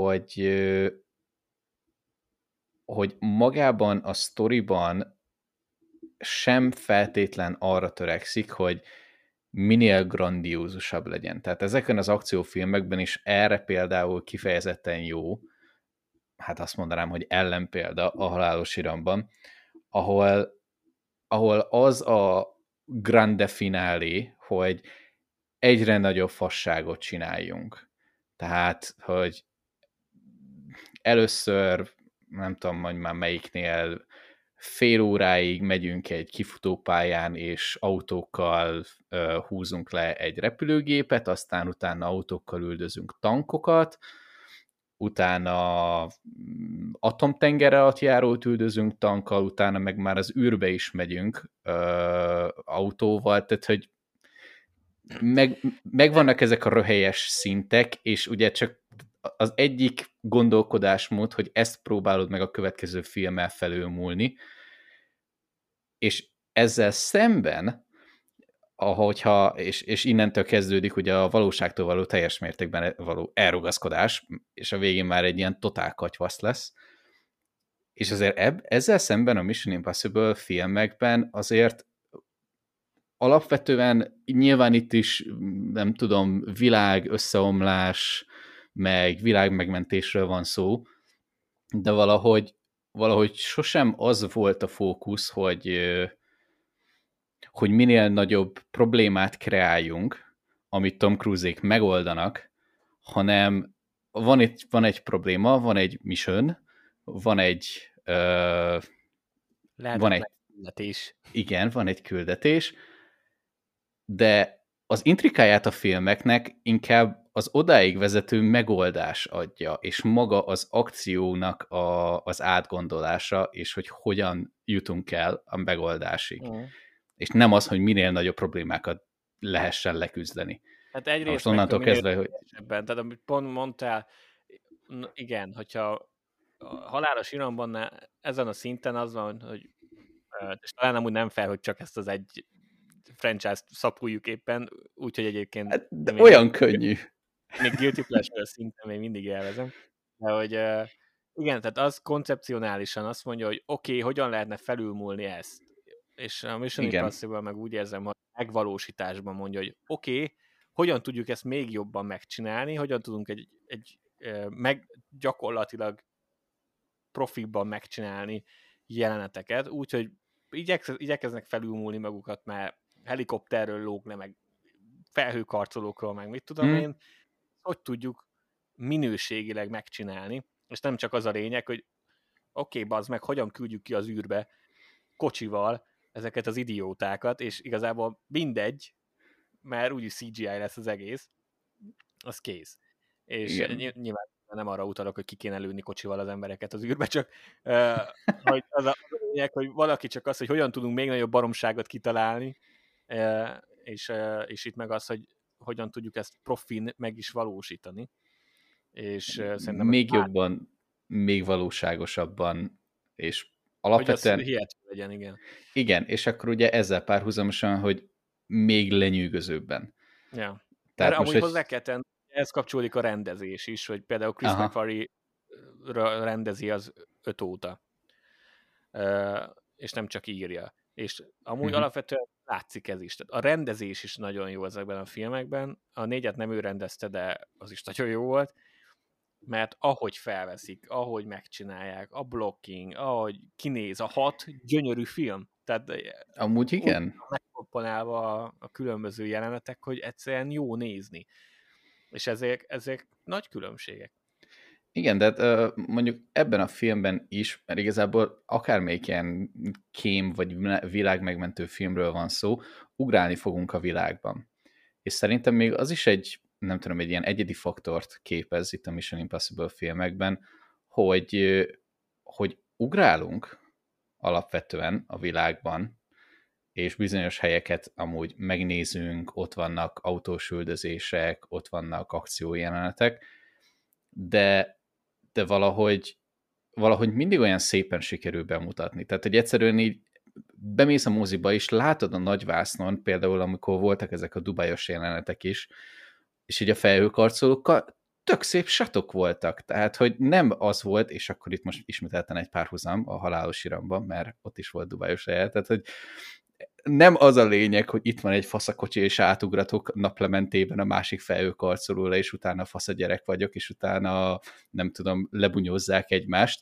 hogy magában a sztoriban sem feltétlen arra törekszik, hogy minél grandiózusabb legyen. Tehát ezeken az akciófilmekben is erre például kifejezetten jó, hát azt mondanám, hogy ellenpélda a Halálos Iramban, ahol az a grande finale, hogy egyre nagyobb fasságot csináljunk. Tehát, hogy először, nem tudom, hogy már melyiknél, fél óráig megyünk egy kifutópályán, és autókkal húzunk le egy repülőgépet, aztán utána autókkal üldözünk tankokat, utána atomtenger alatt járót üldözünk tankkal, utána meg már az űrbe is megyünk autóval, tehát hogy megvannak ezek a röhelyes szintek, és ugye csak az egyik gondolkodásmód, hogy ezt próbálod meg a következő filmmel felülmúlni, és ezzel szemben, és innentől kezdődik ugye a valóságtól való teljes mértékben való elrugaszkodás, és a végén már egy ilyen totál katyvasz lesz, és azért ezzel szemben a Mission Impossible filmekben azért alapvetően nyilván itt is, nem tudom, világ összeomlás, meg világmegmentésről van szó, de valahogy sosem az volt a fókusz, hogy minél nagyobb problémát kreáljunk, amit Tom Cruise-ék megoldanak, hanem van egy probléma, van egy mission, van egy van egy küldetés. Igen, van egy küldetés, de az intrikáját a filmeknek inkább az odáig vezető megoldás adja, és maga az akciónak az átgondolása, és hogy hogyan jutunk el a megoldásig. És nem az, hogy minél nagyobb problémákat lehessen leküzdeni. Hát egyrészt most onnantól kezdve, hogy... Tehát amit pont mondtál, igen, hogyha a Halálos Iramban ezen a szinten az van, hogy és talán amúgy nem fel, hogy csak ezt az egy franchise-t szapuljuk éppen, úgyhogy egyébként... Hát, olyan könnyű. Még guilty pleasure szinten még mindig élvezem. De hogy igen, tehát az koncepcionálisan azt mondja, hogy oké, hogyan lehetne felülmúlni ezt. És a Mission Impossible meg úgy érzem, hogy megvalósításban mondja, hogy oké, hogyan tudjuk ezt még jobban megcsinálni, hogyan tudunk egy gyakorlatilag profikban megcsinálni jeleneteket, úgyhogy igyekeznek felülmúlni magukat, mert helikopterről lógne, meg felhőkarcolókról, meg mit tudom én, hogy tudjuk minőségileg megcsinálni, és nem csak az a lényeg, hogy oké, bazd meg, hogyan küldjük ki az űrbe kocsival ezeket az idiótákat, és igazából mindegy, mert úgyis CGI lesz az egész, az kész. És nyilván nem arra utalok, hogy ki kéne lőni kocsival az embereket az űrbe, csak hogy az a lényeg, hogy valaki csak az, hogy hogyan tudunk még nagyobb baromságot kitalálni, és itt meg az, hogy hogyan tudjuk ezt profin meg is valósítani. És szerintem még jobban, még valóságosabban, és alapvetően... Hogy az hihető legyen, igen. Igen, és akkor ugye ezzel párhuzamosan, hogy még lenyűgözőbben. Ja. Tehát amúgy hozzá kell tenni, ez kapcsolódik a rendezés is, hogy például Chris McQuarrie rendezi az 5 óta. És nem csak írja. És amúgy alapvetően látszik ez is. Tehát a rendezés is nagyon jó ezekben a filmekben. A 4-et nem ő rendezte, de az is nagyon jó volt, mert ahogy felveszik, ahogy megcsinálják, a blocking, ahogy kinéz, a 6 gyönyörű film. Tehát amúgy igen. Megkomponálva a különböző jelenetek, hogy egyszerűen jó nézni. És ezek nagy különbségek. Igen, de hát, mondjuk ebben a filmben is, mert igazából akármelyik ilyen kém vagy világmegmentő filmről van szó, ugrálni fogunk a világban. És szerintem még az is egy, nem tudom, egy ilyen egyedi faktort képez itt a Mission Impossible filmekben, hogy ugrálunk alapvetően a világban, és bizonyos helyeket amúgy megnézünk, ott vannak autós üldözések, ott vannak akciójelenetek, de valahogy mindig olyan szépen sikerül bemutatni. Tehát, hogy egyszerűen így bemész a moziba, és látod a nagyvásznon, például amikor voltak ezek a dubajos jelenetek is, és így a felhőkarcolókkal tök szép satok voltak. Tehát, hogy nem az volt, és akkor itt most ismételten egy párhuzam a Halálos Iramban, mert ott is volt dubajos jelenet, tehát, hogy nem az a lényeg, hogy itt van egy faszakocsi, és átugratok naplementében a másik felhőkarcolóra, és utána faszagyerek vagyok, és utána, nem tudom, lebunyózzák egymást,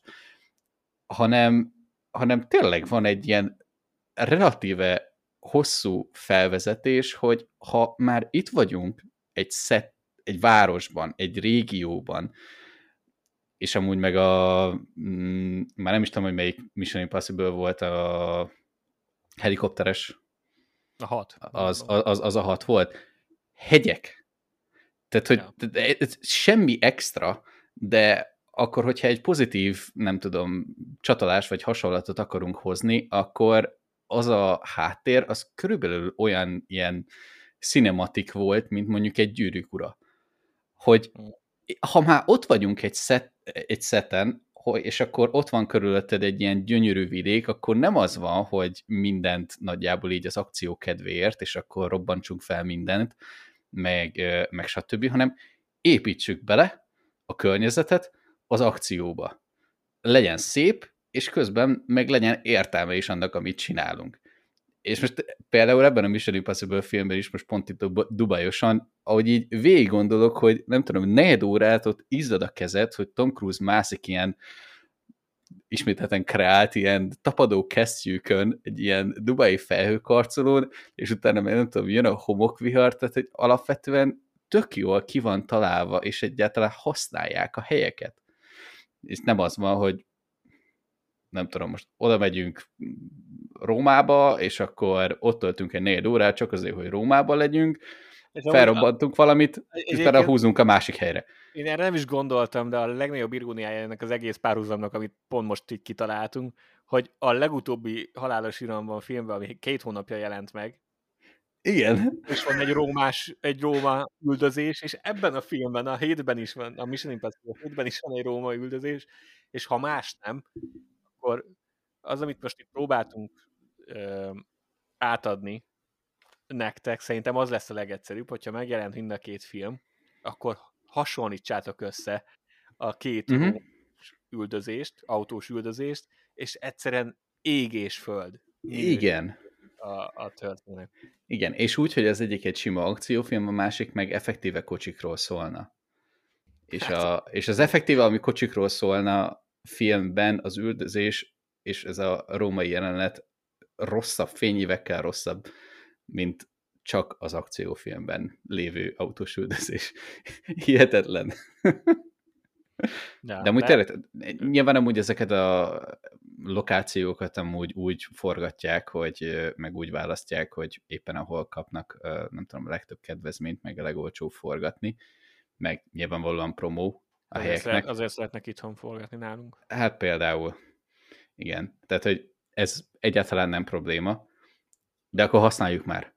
hanem tényleg van egy ilyen relatíve hosszú felvezetés, hogy ha már itt vagyunk egy városban, egy régióban, és amúgy meg már nem is tudom, hogy melyik Mission Impossible volt a helikopteres. A 6. Az a 6 volt. Hegyek. Tehát, hogy semmi extra, de akkor, hogyha egy pozitív, nem tudom, csatolás vagy hasonlatot akarunk hozni, akkor az a háttér, az körülbelül olyan ilyen cinematik volt, mint mondjuk egy Gyűrűk ura. Hogy ha már ott vagyunk egy szeten, és akkor ott van körülötted egy ilyen gyönyörű vidék, akkor nem az van, hogy mindent nagyjából így az akció kedvéért, és akkor robbantsunk fel mindent, meg stb., hanem építsük bele a környezetet az akcióba. Legyen szép, és közben meg legyen értelme is annak, amit csinálunk. És most például ebben a Mission Impossible filmben is most pont itt dubajosan, ahogy így végig gondolok, hogy nem tudom, 4 órát ott izzad a kezed, hogy Tom Cruise mászik ilyen ismételten kreált ilyen tapadó kesztyűkön, egy ilyen dubai felhőkarcolón, és utána nem tudom, jön a homokvihar, tehát hogy alapvetően tök jól ki van találva, és egyáltalán használják a helyeket. És nem az van, hogy nem tudom, most oda megyünk Rómába, és akkor ott töltünk egy 4 órát, csak azért, hogy Rómába legyünk, felrobbantunk valamit, és utána húzunk a másik helyre. Én erre nem is gondoltam, de a legnagyobb iróniája ennek az egész párhuzamnak, amit pont most így kitaláltunk, hogy a legutóbbi Halálos Iramban filmben, ami 2 hónapja jelent meg, igen. És van egy Róma üldözés, és ebben a filmben, a 7-ben is van, a Mission Impossible 7-ben is van egy Róma üldözés, és ha más nem, akkor az, amit most itt próbáltunk átadni nektek, szerintem az lesz a legegyszerűbb, hogyha megjelent mind a két film, akkor hasonlítsátok össze a két Róma üldözést, autós üldözést, és egyszerűen ég és föld. Igen. A történet. Igen, és úgy, hogy az egyik egy sima akciófilm, a másik meg effektíve kocsikról szólna. És az effektíve, ami kocsikról szólna filmben, az üldözés, és ez a római jelenet rosszabb, fényévekkel rosszabb, mint csak az akciófilmben lévő autós üldözés. Hihetetlen. De amúgy tényleg, nyilván amúgy ezeket a lokációkat amúgy úgy forgatják, hogy meg úgy választják, hogy éppen ahol kapnak, nem tudom, a legtöbb kedvezményt, meg a legolcsóbb forgatni, meg nyilvánvalóan promó a helyeknek. Azért szeretnek itthon forgatni nálunk. Hát például, igen. Tehát, hogy ez egyáltalán nem probléma, de akkor használjuk már.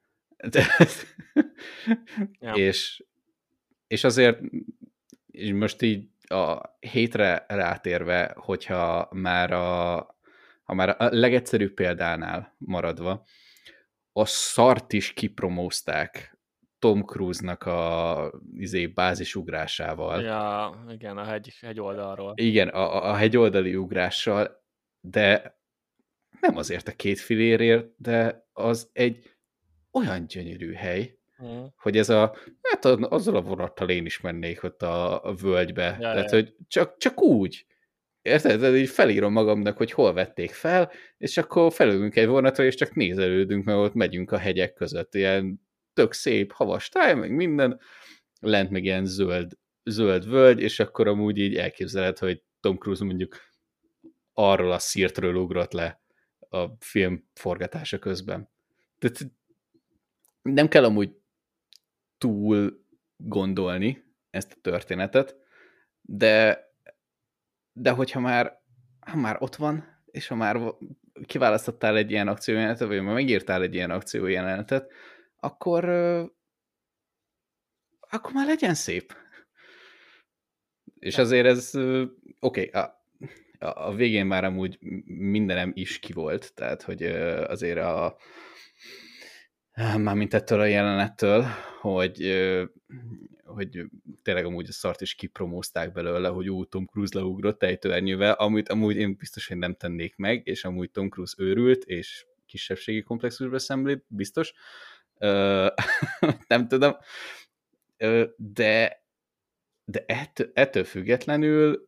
Ja. És azért, és most így a hétre rátérve, hogyha már a legegyszerűbb példánál maradva, a szart is kipromózták Tom Cruise-nak a bázisugrásával. Ja, igen, a hegyoldalról. Igen, a hegyoldali ugrással, de nem azért a két filérért, de az egy olyan gyönyörű hely, hogy ez hát azzal a vonattal én is mennék ott a völgybe. Ja, tehát, hogy csak úgy. Érted? Így felírom magamnak, hogy hol vették fel, és akkor felülünk egy vonatra, és csak nézelődünk, mert ott megyünk a hegyek között. Ilyen tök szép, havas táj, meg minden. Lent meg ilyen zöld völgy, és akkor amúgy így elképzeled, hogy Tom Cruise mondjuk arról a szirtről ugrott le a film forgatása közben. Tehát nem kell amúgy túl gondolni ezt a történetet, de hogyha már ott van, és ha már kiválasztottál egy ilyen akciójelenetet, vagy már megírtál egy ilyen akciójelenetet, akkor már legyen szép. És azért ez oké, a végén már amúgy mindenem is ki volt, tehát hogy azért mármint ettől a jelenettől, hogy tényleg amúgy a szart is kipromózták belőle, hogy Tom Cruise leugrott ejtőernyővel, amit amúgy én biztos, hogy nem tennék meg, és amúgy Tom Cruise őrült, és kisebbségi komplexusba szenved, biztos. Nem tudom. De ettől függetlenül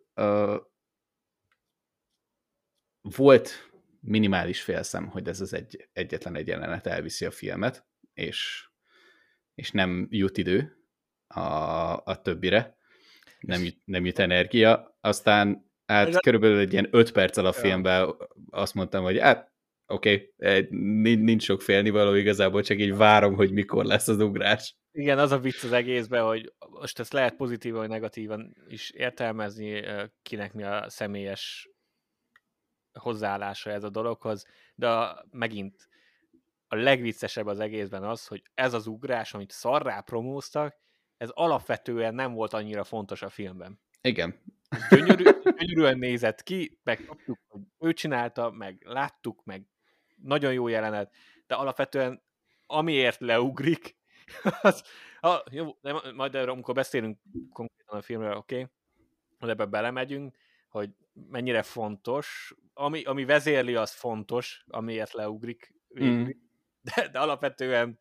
volt minimális félszem, hogy ez az egyetlen egy jelenet elviszi a filmet, és nem jut idő a többire, nem jut energia. Aztán körülbelül egy ilyen 5 perccel a filmben azt mondtam, hogy oké, nincs sok félnivaló, igazából csak így várom, hogy mikor lesz az ugrás. Igen, az a vicc az egészben, hogy most ezt lehet pozitívan vagy negatívan is értelmezni, kinek mi a személyes hozzáállása ez a dologhoz, de megint a legviccesebb az egészben az, hogy ez az ugrás, amit szarrá promóztak, ez alapvetően nem volt annyira fontos a filmben. Igen. Gyönyörűen nézett ki, meg tudtuk, hogy ő csinálta, meg láttuk, meg nagyon jó jelenet, de alapvetően amiért leugrik, jó, majd amikor beszélünk konkrétan a filmről, oké, hogy ebbe belemegyünk, hogy mennyire fontos, ami vezérli, az fontos, amiért leugrik végül, de alapvetően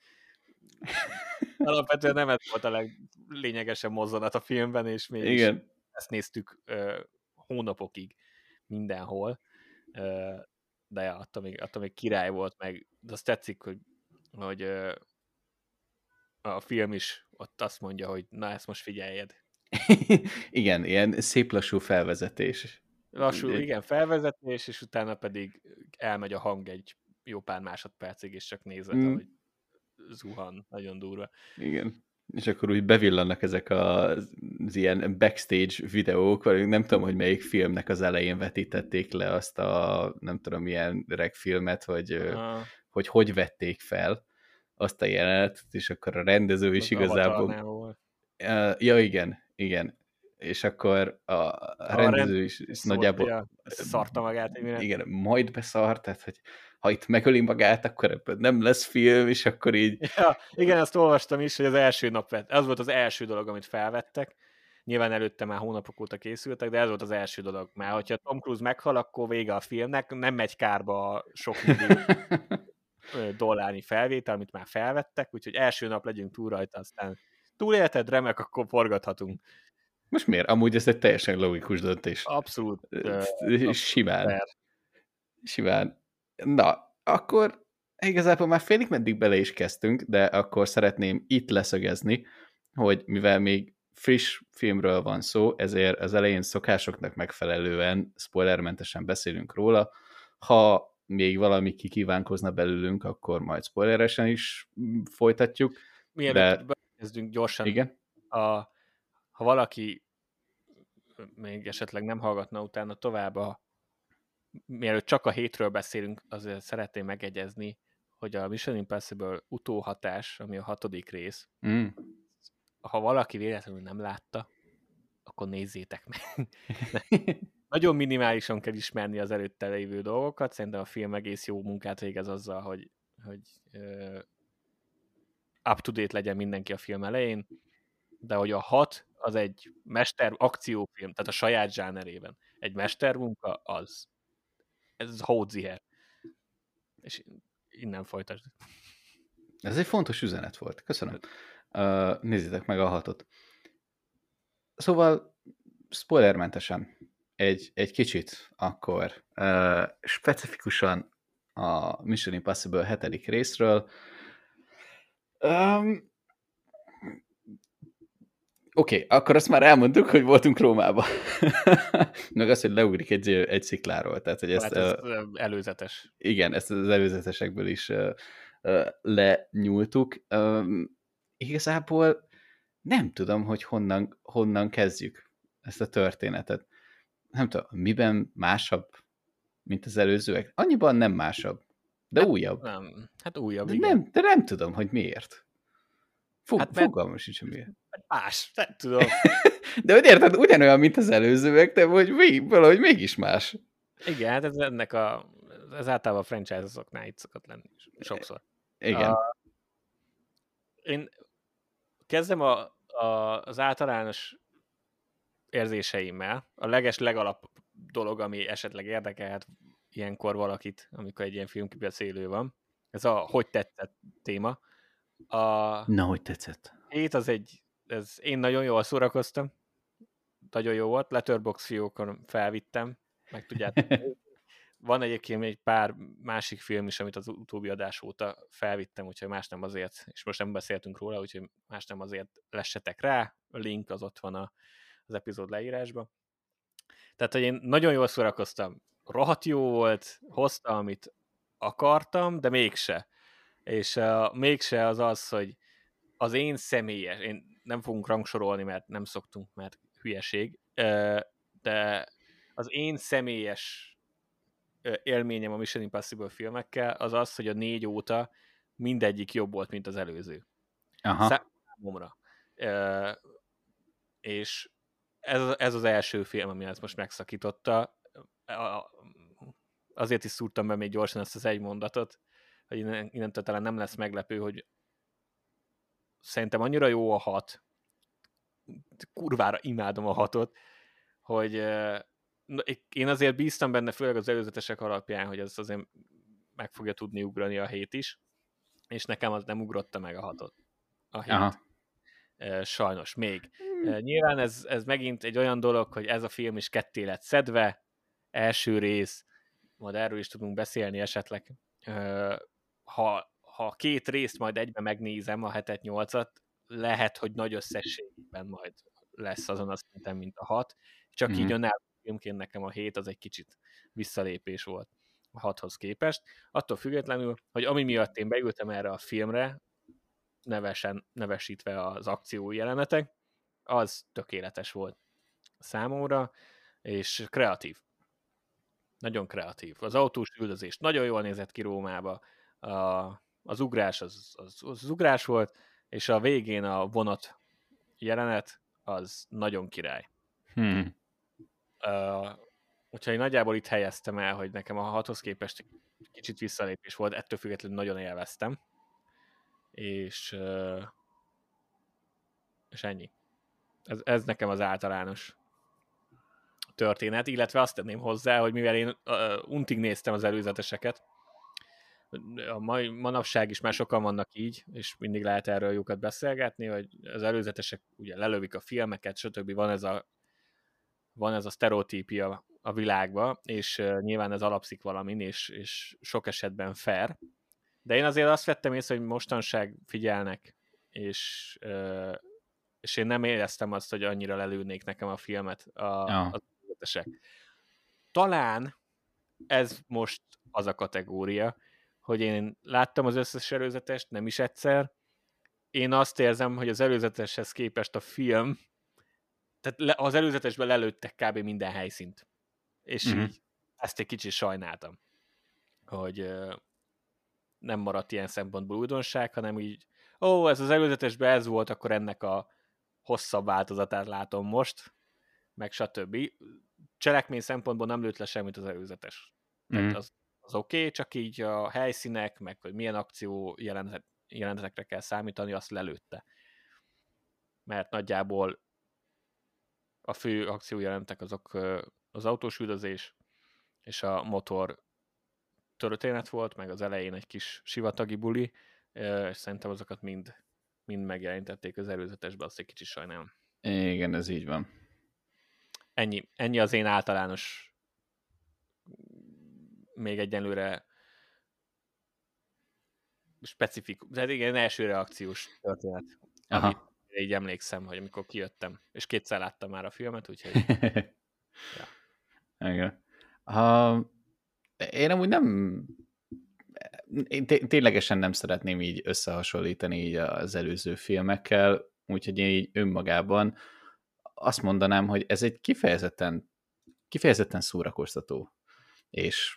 nem ez volt a leglényegesebb mozzanat a filmben, és mégis ezt néztük hónapokig mindenhol, de ja, attól még király volt, meg de azt tetszik, hogy a film is ott azt mondja, hogy na ezt most figyeljed. Igen, ilyen szép lassú felvezetés. Lassú, igen, felvezetés, és utána pedig elmegy a hang egy jó pár másodpercig, és csak nézed, ahogy zuhan, nagyon durva. Igen. És akkor úgy bevillannak ezek az ilyen backstage videók, vagy nem tudom, hogy melyik filmnek az elején vetítették le azt a, nem tudom, milyen regfilmet, hogy vették fel azt a jelenetet, és akkor a rendező is az igazából... Volt. Ja, igen. És akkor a rendező is nagyjából... Szarta magát. Igen, majd beszart, tehát hogy ha itt megöli magát, akkor ebből nem lesz film, és akkor így... Ja, igen, azt olvastam is, hogy az első nap az volt az első dolog, amit felvettek. Nyilván előtte már hónapok óta készültek, de ez volt az első dolog. Mert hogyha Tom Cruise meghal, akkor vége a filmnek, nem megy kárba a sok millió dollárnyi felvétel, amit már felvettek, úgyhogy első nap legyünk túl rajta, aztán túlélted, remek, akkor forgathatunk. Most miért? Amúgy ez egy teljesen logikus döntés. Abszolút. Simán. Na, akkor igazából már félig meddig bele is kezdtünk, de akkor szeretném itt leszögezni, hogy mivel még friss filmről van szó, ezért az elején szokásoknak megfelelően spoilermentesen beszélünk róla. Ha még valami kikívánkozna belőlünk, akkor majd spoileresen is folytatjuk. Mielőtt kezdünk gyorsan, igen? Ha valaki még esetleg nem hallgatna utána tovább, mielőtt csak a hétről beszélünk, azért szeretném megegyezni, hogy a Mission Impossible utóhatás, ami a 6. rész, ha valaki véletlenül nem látta, akkor nézzétek meg. Nagyon minimálisan kell ismerni az előtte lévő dolgokat, szerintem a film egész jó munkát végez azzal, hogy up-to-date legyen mindenki a film elején, de hogy a 6 az egy akciófilm, tehát a saját zsánerében. Egy mestermunka az. Ez hódziher. És innen folytasd. Ez egy fontos üzenet volt. Köszönöm. Nézzétek meg a 6-ot. Szóval spoilermentesen egy kicsit akkor specifikusan a Mission Impossible 7. részről. Oké, akkor azt már elmondtuk, hogy voltunk Rómában. Meg az, hogy leugrik egy szikláról. Tehát, hogy ezt előzetes. Igen, ezt az előzetesekből is lenyúltuk. Igazából nem tudom, hogy honnan kezdjük ezt a történetet. Nem tudom, miben másabb, mint az előzőek? Annyiban nem másabb, de újabb. Nem, hát újabb, de igen. De nem tudom, hogy miért. Fogalmam sincs, miért. Más, nem tudom. De hogy érted, ugyanolyan, mint az előzőek, de hogy valahogy mégis más. Igen, hát ez ennek ez általában a franchise-oknál itt szokott lenni sokszor. Igen. Én kezdem az általános érzéseimmel. A legalap dolog, ami esetleg érdekelhet ilyenkor valakit, amikor egy ilyen filmkibeszélő van. Ez a hogy tetszett téma. Na, hogy tetszett? Én nagyon jól szórakoztam. Nagyon jó volt. Letterboxd fiókon felvittem. Meg tudjátok. Van egyébként egy pár másik film is, amit az utóbbi adás óta felvittem, úgyhogy más nem azért, és most nem beszéltünk róla, úgyhogy más nem azért lessetek rá. A link az ott van az epizód leírásban. Tehát, hogy én nagyon jól szórakoztam. Rohadt jó volt, hozta, amit akartam, de mégse. És mégse az, hogy az én személyes, én nem fogunk rangsorolni, mert nem szoktunk, mert hülyeség, de az én személyes élményem a Mission Impossible filmekkel az, hogy a 4 óta mindegyik jobb volt, mint az előző. Számomra. És ez az első film, ami ezt most megszakította. Azért is szúrtam be még gyorsan ezt az egy mondatot, hogy innentől talán nem lesz meglepő, hogy szerintem annyira jó a 6, kurvára imádom a 6-ot, hogy én azért bíztam benne, főleg az előzetesek alapján, hogy ez azért meg fogja tudni ugrani a 7 is, és nekem az nem ugrotta meg a 6-ot. A 7. Sajnos még. Nyilván ez megint egy olyan dolog, hogy ez a film is ketté lett szedve, első rész, majd erről is tudunk beszélni esetleg. Ha 2 részt majd egyben megnézem, a 7-et, 8-at, lehet, hogy nagy összességben majd lesz azon a szinten, mint a 6. Csak így a filmként nekem a 7 az egy kicsit visszalépés volt a 6-hoz képest. Attól függetlenül, hogy ami miatt én beültem erre a filmre, nevesítve az akció jelenetek, az tökéletes volt számomra, és kreatív. Nagyon kreatív. Az autós üldözés nagyon jól nézett ki Rómába, az ugrás az ugrás volt, és a végén a vonat jelenet az nagyon király. Úgyhogy nagyjából itt helyeztem el, hogy nekem a 6-hoz képest kicsit visszalépés volt, ettől függetlenül nagyon élveztem. És ennyi. Ez nekem az általános történet, illetve azt tenném hozzá, hogy mivel én untig néztem az előzeteseket, a manapság is már sokan vannak így, és mindig lehet erről jókat beszélgetni, hogy az előzetesek ugye lelövik a filmeket, stb. Van ez a sztereotípia a világban, és nyilván ez alapszik valamin, és sok esetben fair. De én azért azt vettem észre, hogy mostanság figyelnek, és én nem éreztem azt, hogy annyira lelőnék nekem a filmet az előzetesek. Talán ez most az a kategória, hogy én láttam az összes előzetest, nem is egyszer. Én azt érzem, hogy az előzeteshez képest a film, tehát az előzetesben lelőttek kb. Minden helyszínt. És így ezt egy kicsit sajnáltam, hogy nem maradt ilyen szempontból újdonság, hanem így, ez az előzetesben ez volt, akkor ennek a hosszabb változatát látom most, meg stb. Cselekmény szempontból nem lőtt le semmit az előzetes. Tehát az oké, csak így a helyszínek, meg hogy milyen akció jelenetekre kell számítani, azt lelőtte. Mert nagyjából a fő akciójelenetek azok az autós üldözés és a motor történet volt, meg az elején egy kis sivatagi buli, és szerintem azokat mind megjelentették az előzetesbe, azt egy kicsit sajnálom. Igen, ez így van. Ennyi az én általános, még egyenlőre specifikus, tehát igen, első reakciós történet. Amit így emlékszem, hogy amikor kijöttem, és kétszer láttam már a filmet, úgyhogy... ja. Igen. Én amúgy nem... Én ténylegesen nem szeretném így összehasonlítani így az előző filmekkel, úgyhogy én így önmagában azt mondanám, hogy ez egy kifejezetten szórakoztató. És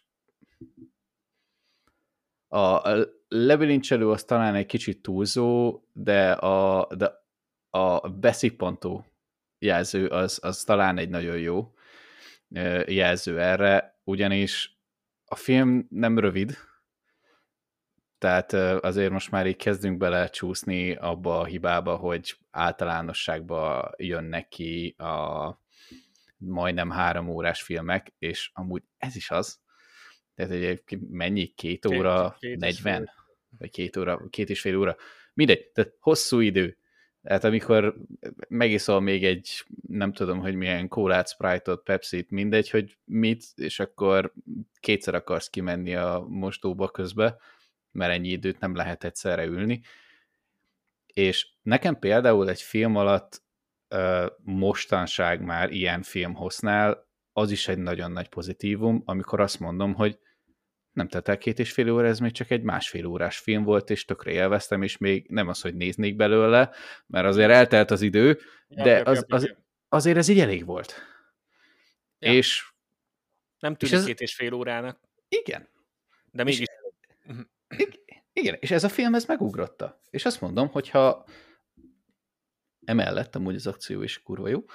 a lebilincselő az talán egy kicsit túlzó, de a beszippantó jelző az talán egy nagyon jó jelző erre, ugyanis a film nem rövid, tehát azért most már így kezdünk belecsúszni abba a hibába, hogy általánosságban jönnek ki a majdnem 3 órás filmek, és amúgy ez is az. Tehát egyébként mennyi? 2 óra 40? Vagy 2 óra, 2,5 óra? Mindegy, tehát hosszú idő. Tehát amikor megiszol még egy, nem tudom, hogy milyen kólát, Sprite-ot, Pepsi-t, mindegy, hogy mit, és akkor kétszer akarsz kimenni a mosdóba közbe, mert ennyi időt nem lehet egyszerre ülni. És nekem például egy film alatt mostanság már ilyen filmhosznál az is egy nagyon nagy pozitívum, amikor azt mondom, hogy nem telt el 2,5 óra, ez még csak egy 1,5 órás film volt, és tökre élveztem, és még nem az, hogy néznék belőle, mert azért eltelt az idő, de azért ez így elég volt. Ja. És nem tűnik 2,5 órának. Igen. De mégis. Igen, és ez a film ez megugrotta. És azt mondom, hogyha emellett amúgy az akció is kurva jó,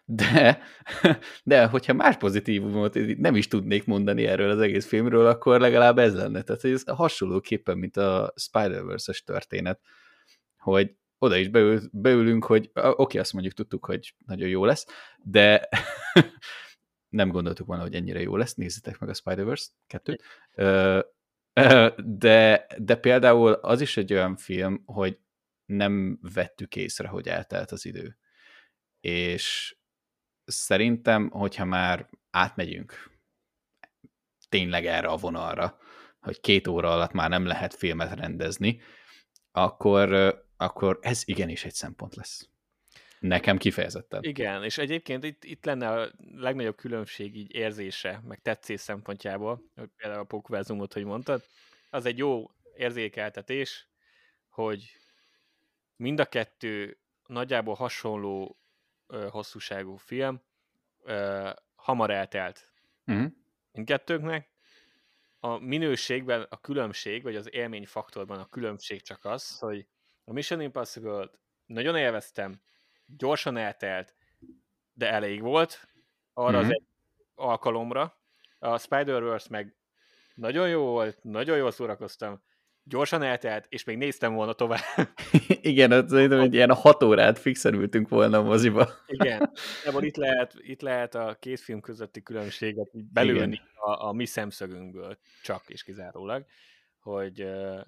de hogyha más pozitívumot nem is tudnék mondani erről az egész filmről, akkor legalább ez lenne. Tehát ez hasonlóképpen, mint a Spider-Verse-es történet, hogy oda is beülünk, hogy oké, azt mondjuk tudtuk, hogy nagyon jó lesz, de nem gondoltuk volna, hogy ennyire jó lesz. Nézzétek meg a Spider-Verse 2-t. De például az is egy olyan film, hogy nem vettük észre, hogy eltelt az idő. És szerintem, hogyha már átmegyünk tényleg erre a vonalra, hogy 2 óra alatt már nem lehet filmet rendezni, akkor ez igenis egy szempont lesz. Nekem kifejezetten. Igen, és egyébként itt lenne a legnagyobb különbség így érzése, meg tetszés szempontjából, például a Pókverzumot, hogy mondtad, az egy jó érzékeltetés, hogy mind a kettő nagyjából hasonló hosszúságú film, hamar eltelt mindkettőnknek. A minőségben a különbség, vagy az élményfaktorban a különbség csak az, hogy a Mission Impossible-t nagyon élveztem, gyorsan eltelt, de elég volt arra az egy alkalomra. A Spider-Verse meg nagyon jó volt, nagyon jól szórakoztam, gyorsan eltelt, és még néztem volna tovább. Igen, az szerintem egy ilyen 6 órát fixen ültünk volna a moziba. Igen, itt lehet a két film közötti különbséget belülni a mi szemszögünkből, csak és kizárólag, hogy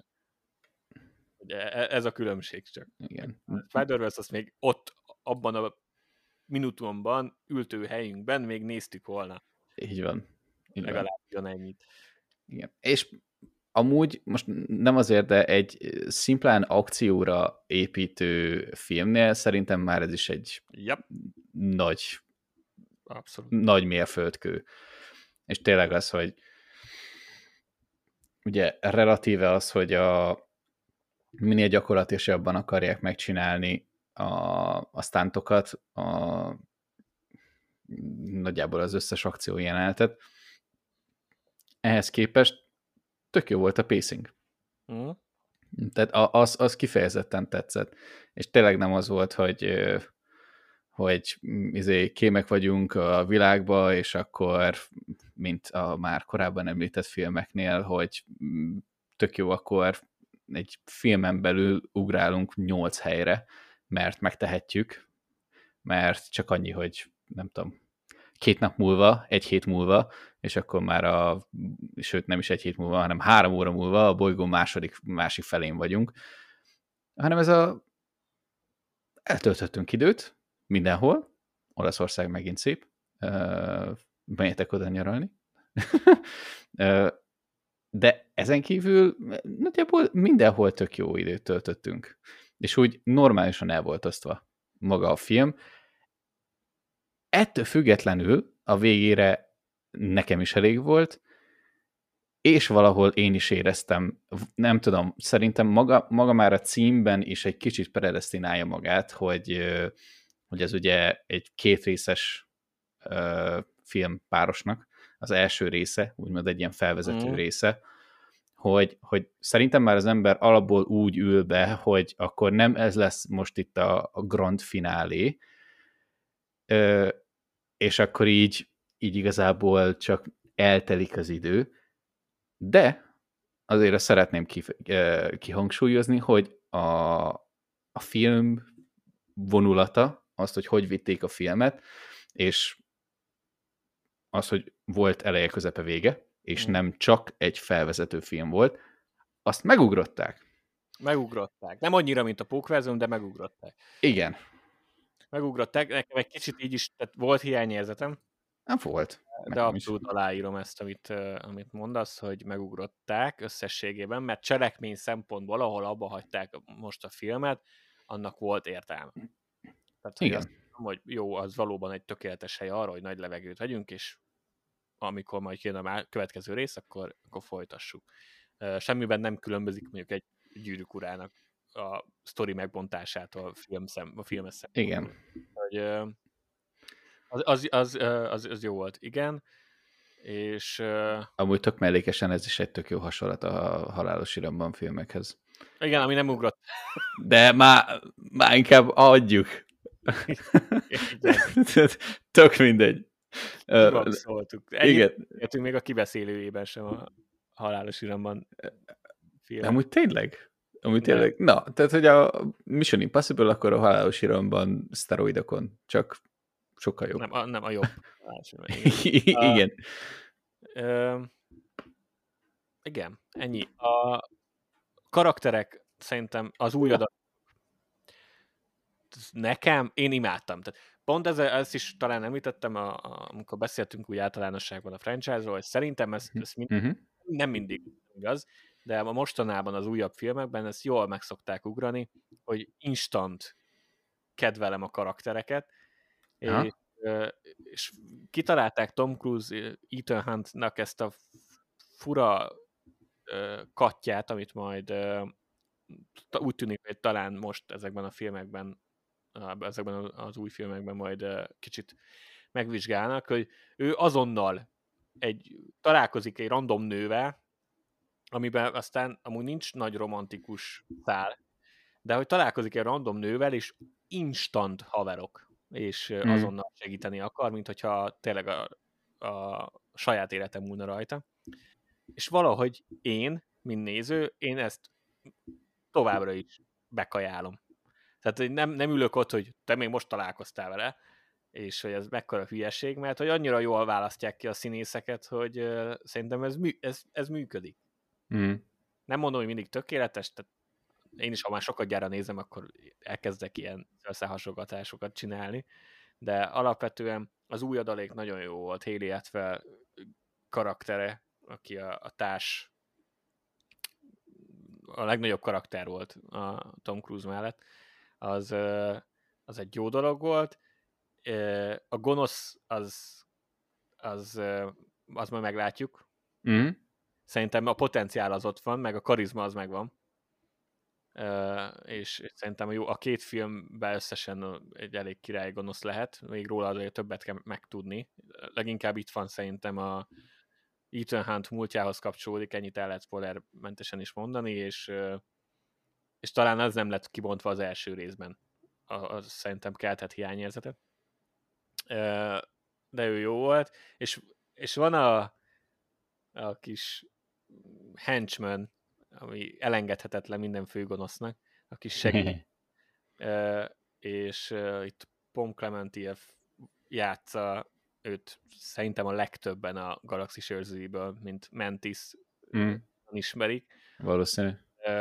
ez a különbség csak. Igen. Spider-Verse azt még ott, abban a minutumban, ültő helyünkben még néztük volna. Így van. Legalább ennyit. Igen. És amúgy most nem azért, de egy szimplán akcióra építő filmnél szerintem már ez is egy nagy mérföldkő. És tényleg az, hogy ugye relatíve az, hogy minél gyakorlatilasabban akarják megcsinálni a sztántokat, nagyjából az összes akció jelenetet. Ehhez képest tök jó volt a pacing. Tehát az kifejezetten tetszett. És tényleg nem az volt, hogy kémek vagyunk a világba, és akkor, mint a már korábban említett filmeknél, hogy tök jó, akkor egy filmen belül ugrálunk 8 helyre, mert megtehetjük, mert csak annyi, hogy nem tudom, 2 nap múlva, 1 hét múlva, és akkor már sőt nem is 1 hét múlva, hanem 3 óra múlva a bolygó másik felén vagyunk. Hanem eltöltöttünk időt mindenhol, Olaszország megint szép, menjetek oda nyaralni. De ezen kívül nagyjából mindenhol tök jó időt töltöttünk. És úgy normálisan el volt osztva maga a film. Ettől függetlenül a végére nekem is elég volt, és valahol én is éreztem, nem tudom, szerintem maga már a címben is egy kicsit predesztinálja magát, hogy ez ugye egy 2 részes film párosnak, az első része, úgymond egy ilyen felvezető része, hogy szerintem már az ember alapból úgy ül be, hogy akkor nem ez lesz most itt a grand finálé, és akkor így igazából csak eltelik az idő, de azért azt szeretném kihangsúlyozni, hogy a film vonulata, azt, hogy vitték a filmet, és az, hogy volt eleje, közepe, vége, és nem csak egy felvezető film volt, azt megugrották. Megugrották. Nem annyira, mint a Pókverzum, de megugrották. Igen. Megugrották. Nekem egy kicsit így is, tehát volt hiányérzetem. Nem volt. De abszolút aláírom ezt, amit mondasz, hogy megugrották összességében, mert cselekmény szempontból, ahol abba hagyták most a filmet, annak volt értelme. Tehát, hogy, hogy jó, az valóban egy tökéletes hely arra, hogy nagy levegőt vegyünk, és amikor majd jön a következő rész, akkor folytassuk. Semmiben nem különbözik mondjuk egy Gyűrűk urának a sztori megbontásától a filmes szempontból. Igen. Hogy, az jó volt, igen. És... Amúgy tök mellékesen ez is egy tök jó hasonlat a Halálos Iramban filmekhez. Igen, ami nem ugrott. De már inkább adjuk. Tök mindegy. Szóltuk. Ennyit még a kibeszélőjében sem a Halálos Iramban film. Amúgy tényleg? Na, tehát, hogy a Mission Impossible akkor a Halálos Iramban szteroidokon, csak sokkal jobb. Nem a jobb. Igen. Igen, ennyi. A karakterek szerintem az új adat nekem, én imádtam. Tehát pont ezt is talán említettem, amikor beszéltünk úgy általánosságban a franchise-ról, hogy szerintem ez nem mindig igaz, de a mostanában az újabb filmekben ezt jól meg szokták ugrani, hogy instant kedvelem a karaktereket, és kitalálták Tom Cruise, Ethan Huntnak ezt a fura katját, amit majd úgy tűnik, hogy talán most ezekben a filmekben, ezekben az új filmekben majd kicsit megvizsgálnak, hogy ő azonnal találkozik egy random nővel, amiben aztán amúgy nincs nagy romantikus szál, de hogy találkozik egy random nővel, és instant haverok, és azonnal segíteni akar, mint hogyha tényleg a saját életem múlna rajta. És valahogy én, mint néző, én ezt továbbra is bekajálom. Tehát nem ülök ott, hogy te még most találkoztál vele, és hogy ez mekkora hülyeség, mert hogy annyira jól választják ki a színészeket, hogy szerintem ez működik. Nem mondom, hogy mindig tökéletes, tehát én is, ha már sokat gyára nézem, akkor elkezdek ilyen összehasonlításokat csinálni, de alapvetően az új adalék nagyon jó volt. Hayley Atwell karaktere, aki a társ, a legnagyobb karakter volt a Tom Cruise mellett, az egy jó dolog volt. A gonosz az majd meglátjuk. Szerintem a potenciál az ott van, meg a karizma az megvan. És szerintem a két filmben összesen egy elég király gonosz lehet, még róla azért többet kell megtudni. Leginkább itt van szerintem a Ethan Hunt múltjához kapcsolódik, ennyit el lehet spoilermentesen is mondani, és talán az nem lett kibontva az első részben. Az szerintem keltett hiányérzetet. De ő jó volt, és van a kis henchman, ami elengedhetetlen minden főgonosznak, aki segít. És itt Pom Klementieff játsza őt szerintem a legtöbben a Galaxis őrzőiből, mint Mantis ismerik. Valószínű.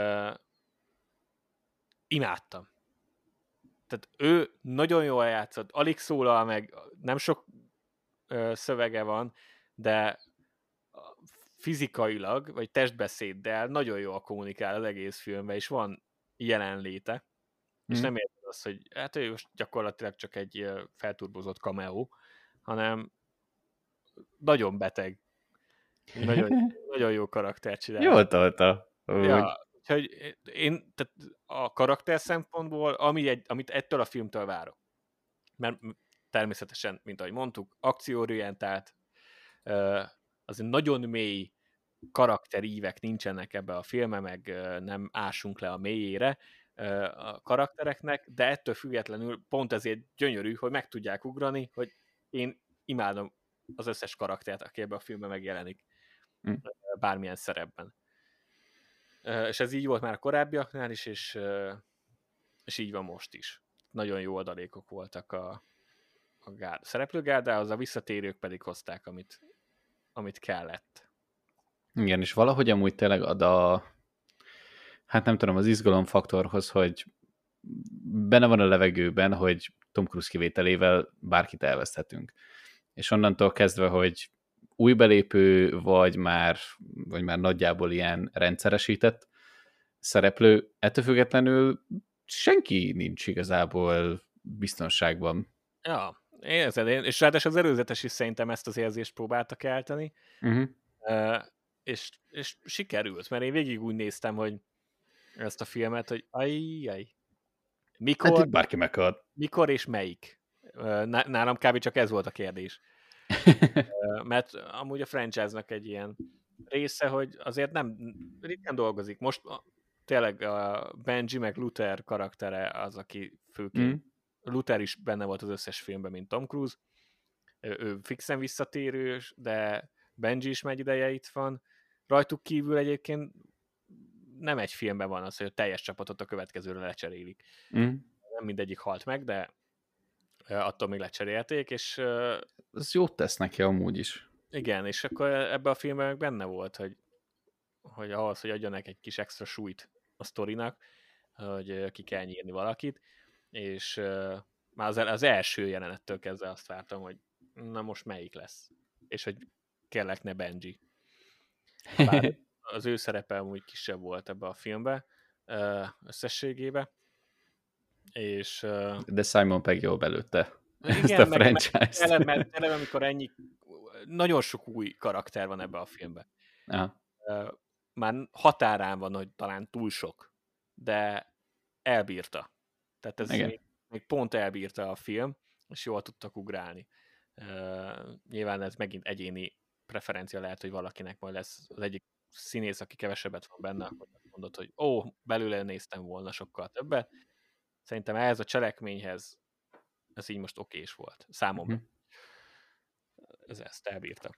Imádtam. Tehát ő nagyon jól játszott, alig szólal meg, nem sok szövege van, de fizikailag, vagy testbeszéddel nagyon jól kommunikál az egész filmben, és van jelenléte, és nem érted azt, hogy hát ő most gyakorlatilag csak egy felturbozott cameo, hanem nagyon beteg. Nagyon jó karaktert csinál. Jól tolta. Ja, úgyhogy tehát a karakter szempontból, amit ettől a filmtől várok. Mert természetesen, mint ahogy mondtuk, akcióorientált, azért nagyon mély karakterívek nincsenek ebbe a filmbe, meg nem ásunk le a mélyére a karaktereknek, de ettől függetlenül pont ezért gyönyörű, hogy meg tudják ugrani, hogy én imádom az összes karaktert, aki ebbe a filmben megjelenik bármilyen szerepben. És ez így volt már a korábbiaknál is, és így van most is. Nagyon jó adalékok voltak a szereplőgárdához, a visszatérők pedig hozták, amit kellett. Igen, és valahogy amúgy tényleg ad hát nem tudom, az izgalomfaktorhoz, hogy benne van a levegőben, hogy Tom Cruise kivételével bárkit elveszthetünk. És onnantól kezdve, hogy új belépő, vagy már nagyjából ilyen rendszeresített szereplő, ettől függetlenül senki nincs igazából biztonságban. Ja, érzed, és ráadásul az előzetes is szerintem ezt az érzést próbálta kelteni, és sikerült, mert én végig úgy néztem, hogy ezt a filmet, hogy ajjaj. Mikor, hát itt bárki meghalt. Mikor és melyik? Nálam kb. Csak ez volt a kérdés. Mert amúgy a franchise-nak egy ilyen része, hogy azért nem ritkán dolgozik. Most tényleg a Benji meg Luther karaktere az, aki főként. Luther is benne volt az összes filmben, mint Tom Cruise. Ő fixen visszatérős, de Benji is megy ideje, itt van. Rajtuk kívül egyébként nem egy filmben van az, hogy a teljes csapatot a következőre lecserélik. Nem mindegyik halt meg, de attól még lecserélték, és... Ez jót tesz neki amúgy is. Igen, és akkor ebben a filmben meg benne volt, hogy ahhoz, hogy adjanak egy kis extra súlyt a sztorinak, hogy ki kell nyírni valakit, és már az első jelenettől kezdve azt vártam, hogy na most melyik lesz. És hogy kérlek ne Benji. Bár az ő szerepe amúgy kisebb volt ebbe a filmbe összességében, És, de Simon Pegg jól belőtte ezt igen, a franchise-t. mert tényleg, amikor ennyi, nagyon sok új karakter van ebbe a filmbe. Aha. Már határán van, hogy talán túl sok, de elbírta. Tehát ez még pont elbírta a film, és jól tudtak ugrálni. Nyilván ez megint egyéni preferencia lehet, hogy valakinek majd lesz az egyik színész, aki kevesebbet van benne, akkor mondod, hogy belőle néztem volna sokkal többet. Szerintem ehhez a cselekményhez ez így most okés volt. Számomra. Ez ezt elbírta.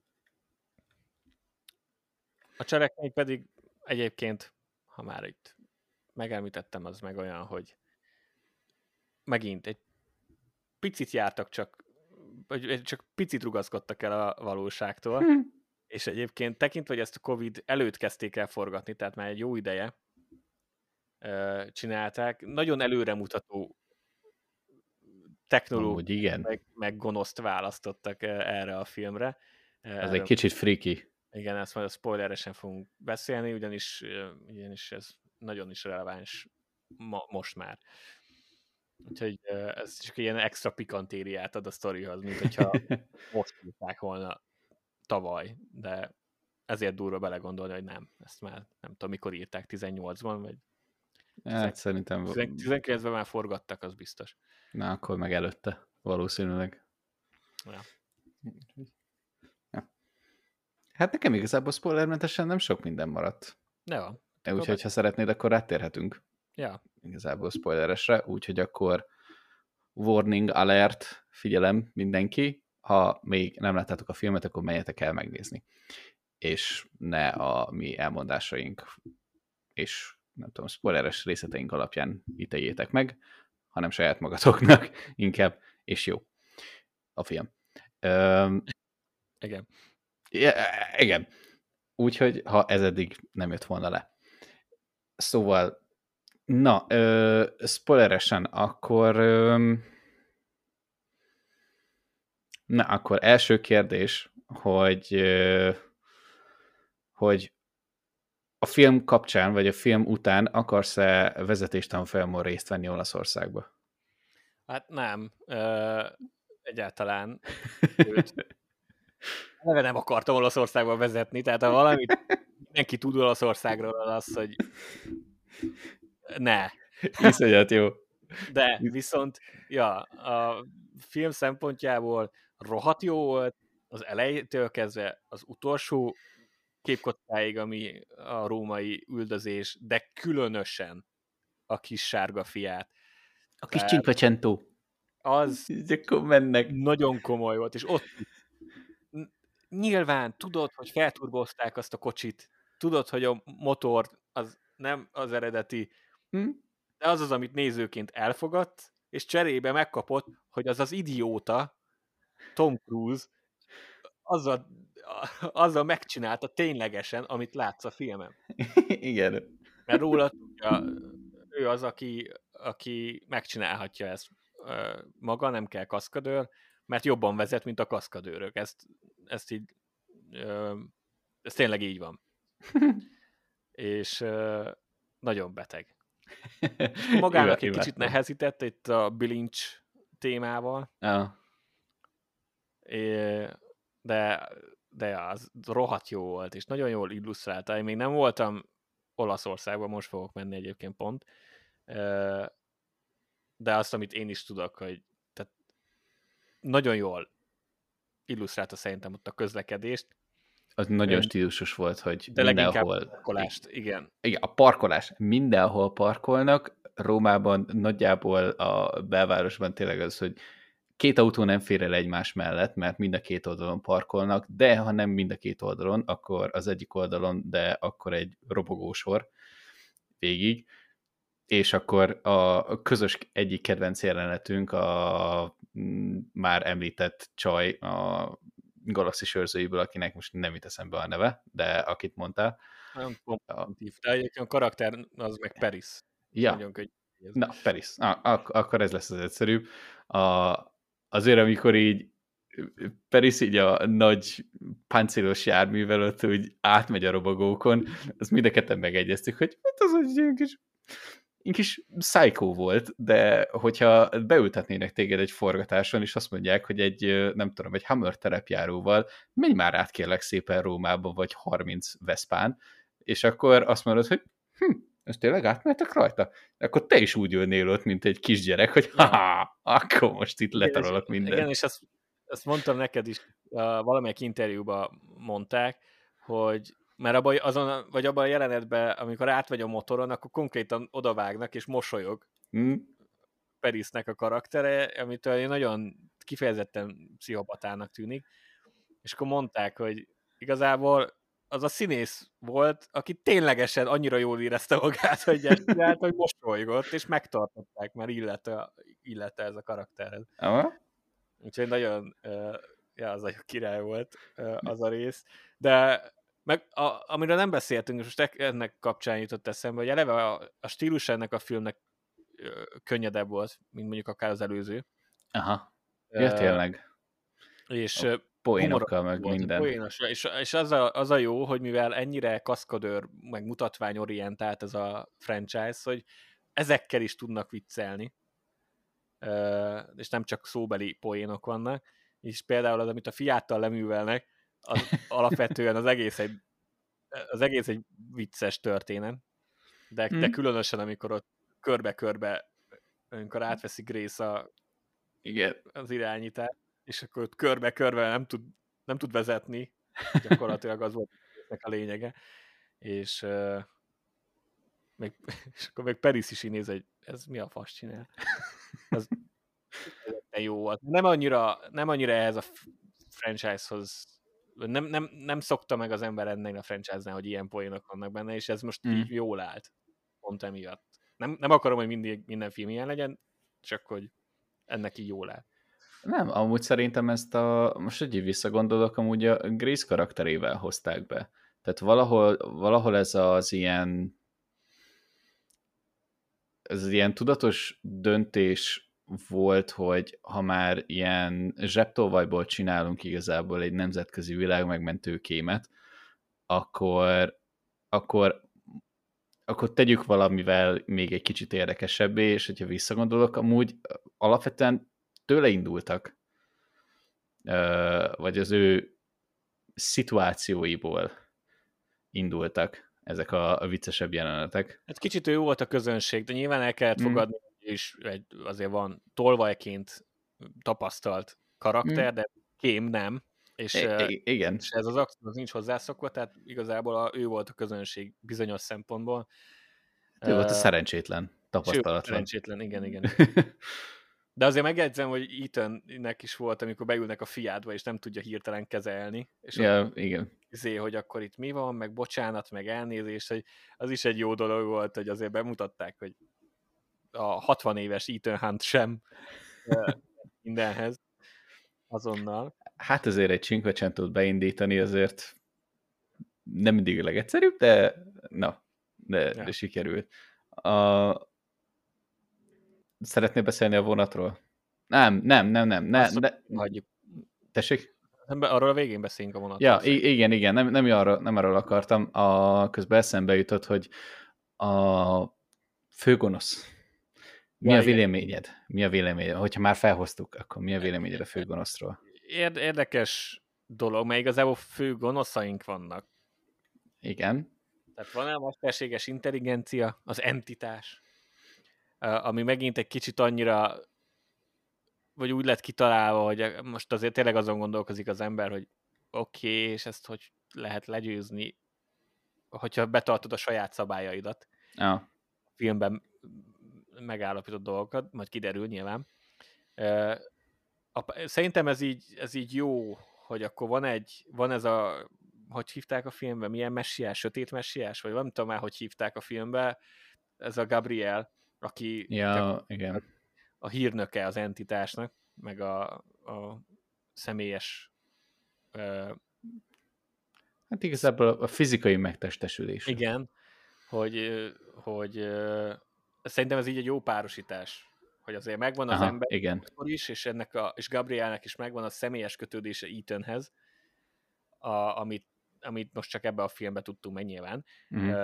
A cselekmény pedig egyébként, ha már itt megemlítettem, az meg olyan, hogy megint egy picit jártak csak picit rugaszkodtak el a valóságtól, és egyébként tekintve, hogy ezt a Covid előtt kezdték el forgatni, tehát már egy jó ideje csinálták, nagyon előremutató technológiát meg gonoszt választottak erre a filmre. Ez egy kicsit freaky. Igen, ezt majd a spoileresen fogunk beszélni, ugyanis ez nagyon is releváns most már. Úgyhogy ez csak ilyen extra pikantériát ad a sztorihoz, mint hogyha most írták volna tavaly, de ezért durva belegondolni, hogy nem. Ezt már nem tudom, mikor írták, 18-ban, vagy hát szerintem 19-ben már forgattak, az biztos. Na, akkor meg előtte, valószínűleg. Ja. Hát nekem igazából spoilermentesen nem sok minden maradt. Ne van. Úgyhogy, ha szeretnéd, akkor rátérhetünk. Ja. Igazából spoileresre, úgyhogy akkor warning alert, figyelem mindenki, ha még nem láttátok a filmet, akkor menjetek el megnézni. És ne a mi elmondásaink és nem tudom, spoileres részleteink alapján ítéljétek meg, hanem saját magatoknak inkább, és jó a film. Igen. Igen. Úgyhogy, ha ez eddig nem jött volna le. Szóval, na, spoileresen, akkor akkor első kérdés, hogy a film kapcsán, vagy a film után akarsz-e vezetéstanfolyamon részt venni Olaszországba? Hát nem. Egyáltalán. Neve nem akartam Olaszországba vezetni, tehát ha valamit mindenki tud Olaszországról, az, hogy ne. Iszonyat jó. De viszont, a film szempontjából rohadt jó volt, az elejétől kezdve az utolsó képkockáig, ami a római üldözés, de különösen a kis sárga fiát. A kis Cinquecento. Az nagyon komoly volt, és ott nyilván tudod, hogy felturbozták azt a kocsit, tudod, hogy a motor az nem az eredeti, de az az, amit nézőként elfogadt, és cserébe megkapott, hogy az az idióta Tom Cruise azzal megcsinálta ténylegesen, amit látsz a filmen. Igen. Mert róla tudja, ő az, aki megcsinálhatja ezt maga, nem kell kaszkadőr, mert jobban vezet, mint a kaszkadőrök. Ez tényleg így van. És nagyon beteg. Magának egy kicsit nehezített itt a bilincs témával. De az rohadt jó volt, és nagyon jól illusztrálta. Én még nem voltam Olaszországban, most fogok menni egyébként pont. De azt, amit én is tudok, hogy tehát nagyon jól illusztrálta szerintem ott a közlekedést. Az nagyon stílusos volt, hogy de mindenhol... a parkolást, igen. Igen, a parkolás. Mindenhol parkolnak. Rómában nagyjából a belvárosban tényleg az, hogy két autó nem fér el egymás mellett, mert mind a két oldalon parkolnak, de ha nem mind a két oldalon, akkor az egyik oldalon, de akkor egy robogósor végig. És akkor a közös egyik kedvenc jelenetünk a már említett csaj a Galaxis őrzőiből, akinek most nem jut eszembe a neve, de akit mondtál. Nagyon kompetitív, de egyébként a karakter az meg Paris. Ja. Nagyon könnyű. Na, Paris. Akkor ez lesz az egyszerűbb. Azért, amikor így Paris így a nagy páncélos járművel ott úgy átmegy a robogókon, azt mind a ketten megegyeztük, hogy hát az egy ilyen kis kis psycho volt, de hogyha beültetnének téged egy forgatáson, és azt mondják, hogy egy, nem tudom, egy Hammer terepjáróval menj már át kérlek szépen Rómába, vagy 30 Veszpán, és akkor azt mondod, hogy ezt tényleg átmehetek rajta? Akkor te is úgy ülnél ott, mint egy kisgyerek, hogy ha, akkor most itt letarolok mindent. Igen, és ezt mondtam neked is, valamelyik interjúban mondták, hogy mert abban a jelenetben, amikor átmegy a motoron, akkor konkrétan odavágnak, és mosolyog Parisnek a karaktere, amitől nagyon kifejezetten pszichopatának tűnik, és akkor mondták, hogy igazából az a színész volt, aki ténylegesen annyira jól érezte magát, hogy mosolygott, és megtartották, mert illette ez a karakterhez. Úgyhogy nagyon az a király volt az a rész. De meg amiről nem beszéltünk, és most ennek kapcsán jutott eszembe, hogy eleve a stílus ennek a filmnek könnyedebb volt, mint mondjuk akár az előző. Aha. Ja, tényleg. És poénokkal, meg minden. És az a jó, hogy mivel ennyire kaszkadőr, meg mutatványorientált ez a franchise, hogy ezekkel is tudnak viccelni. És nem csak szóbeli poénok vannak. És például az, amit a fiáttal leművelnek, az alapvetően az egész egy vicces történet. De különösen, amikor ott körbe-körbe, amikor átveszi Grace az irányítást, és akkor ott körbe-körbe nem tud vezetni, gyakorlatilag az volt a lényege. És akkor még Paris is így néz, hogy ez mi a fasz csinál. Az jó volt. Nem annyira ehhez a franchise-hoz nem szokta meg az ember ennél a franchise-nál, hogy ilyen poénok vannak benne, és ez most így jól állt. Pont emiatt. Nem akarom, hogy minden film ilyen legyen, csak hogy ennek így jól áll. Nem, amúgy szerintem ezt most így visszagondolok, amúgy a Grace karakterével hozták be. Tehát valahol ez az ilyen tudatos döntés volt, hogy ha már ilyen zsebtolvajból csinálunk igazából egy nemzetközi világmegmentő kémet, akkor tegyük valamivel még egy kicsit érdekesebbé, és hogyha visszagondolok, amúgy alapvetően tőle indultak, vagy az ő szituációiból indultak ezek a viccesebb jelenetek. Hát kicsit ő volt a közönség, de nyilván el kellett fogadni, hogy is azért van tolvajként tapasztalt karakter, de kém nem. És, igen. És ez az akció az nincs hozzászokva, tehát igazából ő volt a közönség bizonyos szempontból. Ő volt a szerencsétlen, tapasztalatlan. Szerencsétlen, igen. De azért megjegyzem, hogy Ethannek is volt, amikor beülnek a fiádba, és nem tudja hirtelen kezelni. És igen. Hogy akkor itt mi van, meg bocsánat, meg elnézés, hogy az is egy jó dolog volt, hogy azért bemutatták, hogy a 60 éves Ethan Hunt sem mindenhez azonnal. Hát azért egy Cinquecentót beindítani azért nem mindig a legegyszerűbb, de sikerült. Szeretnél beszélni a vonatról? Nem. Hagyjuk. Tessék? Arról a végén beszélünk a vonatról. Ja, igen, nem arról akartam. Közben eszembe jutott, hogy a főgonosz. Mi a véleményed? Hogyha már felhoztuk, akkor mi a véleményed a főgonoszról? Érdekes dolog, mert igazából főgonoszaink vannak. Igen. Tehát van a mesterséges intelligencia, az entitás, ami megint egy kicsit annyira, vagy úgy lett kitalálva, hogy most azért tényleg azon gondolkozik az ember, hogy oké, és ezt hogy lehet legyőzni, hogyha betartod a saját szabályaidat. A filmben megállapított dolgokat, majd kiderül nyilván. Szerintem ez így jó, hogy akkor van ez a, hogy hívták a filmben, milyen messiás, sötét messiás, vagy nem tudom már, hogy hívták a filmben, ez a Gabriel, aki igen. A hírnöke az entitásnak, meg a személyes hát igazából a fizikai megtestesülés. Igen, hogy szerintem ez így egy jó párosítás, hogy azért megvan az ember is, és Gabrielnek is megvan a személyes kötődése Ethanhez, amit most csak ebbe a filmbe tudtunk meg nyilván.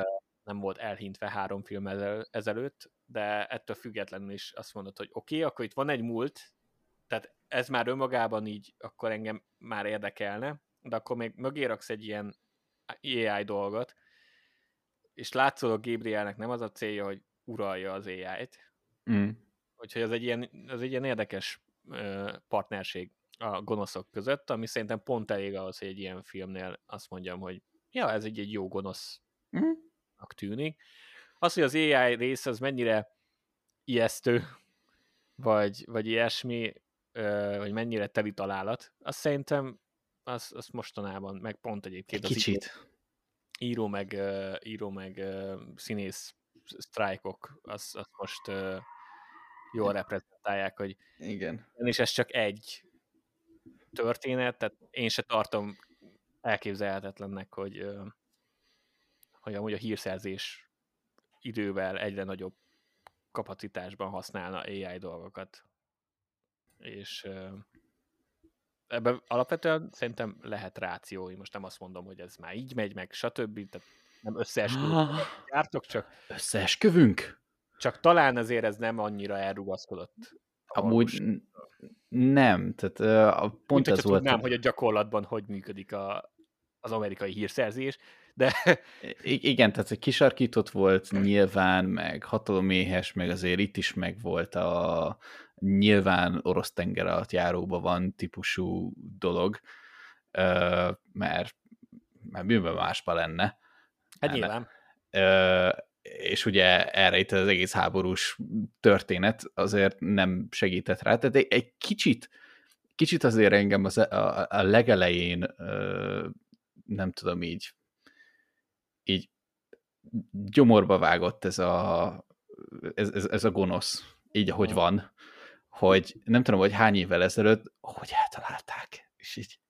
nem volt elhintve 3 film ezelőtt, de ettől függetlenül is azt mondod, hogy oké, akkor itt van egy múlt, tehát ez már önmagában így, akkor engem már érdekelne, de akkor még mögé raksz egy ilyen AI dolgot, és látszol, a Gabrielnek nem az a célja, hogy uralja az AI-t. Úgyhogy ez egy ilyen érdekes partnerség a gonoszok között, ami szerintem pont elég ahhoz, hogy egy ilyen filmnél azt mondjam, hogy ja, ez egy jó gonosznak tűnik. Az, hogy az AI rész az mennyire ijesztő, vagy ilyesmi, vagy mennyire teli találat, azt szerintem az mostanában, meg pont egyébként egy kicsit. Író meg színész sztrájkok, azt most jól reprezentálják, hogy igen. És ez csak egy történet, tehát én se tartom elképzelhetetlennek, hogy amúgy a hírszerzés idővel egyre nagyobb kapacitásban használna AI dolgokat. És ebben alapvetően szerintem lehet ráció. Én most nem azt mondom, hogy ez már így megy, meg stb. Tehát nem összeesküvünk, jártok, csak összeesküvünk? Csak talán azért ez nem annyira elrugaszkodott. Amúgy nem. Tehát pont mint ez volt. volt. Hogy a gyakorlatban hogy működik az amerikai hírszerzés, de... Igen, tehát egy kisarkított volt nyilván, meg hataloméhes, meg azért itt is meg volt a nyilván orosz tenger alatt járóba van típusú dolog, mert bűnben másba lenne. Hát nyilván. És ugye erre itt az egész háborús történet azért nem segített rá. Tehát egy kicsit azért engem a legelején nem tudom így gyomorba vágott ez a gonosz, így ahogy van, hogy nem tudom, hogy hány évvel ezelőtt, hogy eltalálták, és így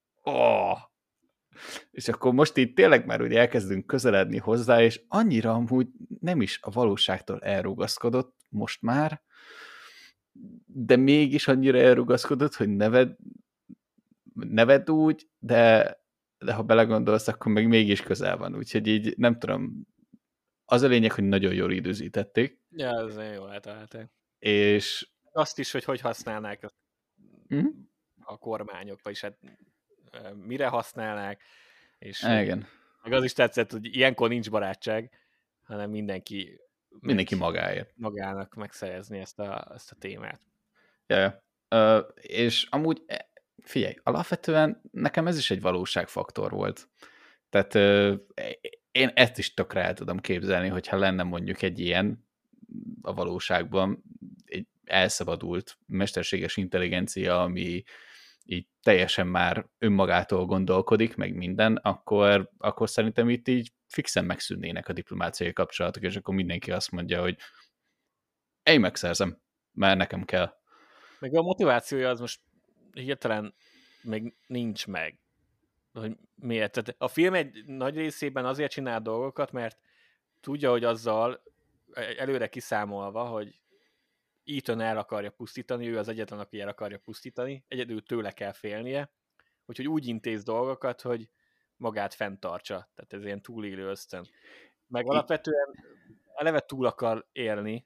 és akkor most így tényleg már úgy elkezdünk közeledni hozzá, és annyira amúgy nem is a valóságtól elrugaszkodott most már, de mégis annyira elrugaszkodott, hogy neved úgy, de ha belegondolsz, akkor meg mégis közel van, úgyhogy így nem tudom, az a lényeg, hogy nagyon jól időzítették. Ja, ez nagyon jól eltalálták. És azt is, hogy használnák a kormányok, vagyis hát mire használnák, és igen. Meg az is tetszett, hogy ilyenkor nincs barátság, hanem mindenki magáért. Magának megszerezni ezt a témát. Ja. És amúgy, figyelj, alapvetően nekem ez is egy valóságfaktor volt. Tehát én ezt is tökre el tudom képzelni, hogyha lenne mondjuk egy ilyen a valóságban, egy elszabadult mesterséges intelligencia, ami így teljesen már önmagától gondolkodik, meg minden, akkor szerintem itt így fixen megszűnnének a diplomáciai kapcsolatok, és akkor mindenki azt mondja, hogy én megszerzem, mert nekem kell. Meg a motivációja az most hirtelen még nincs meg. Hogy miért? Tehát a film egy nagy részében azért csinál dolgokat, mert tudja, hogy azzal előre kiszámolva, hogy Ethan el akarja pusztítani, ő az egyetlen, aki el akarja pusztítani, egyedül tőle kell félnie, úgyhogy úgy intéz dolgokat, hogy magát fenntartsa. Tehát ez ilyen túlélő ösztön. Meg alapvetően eleve túl akar élni,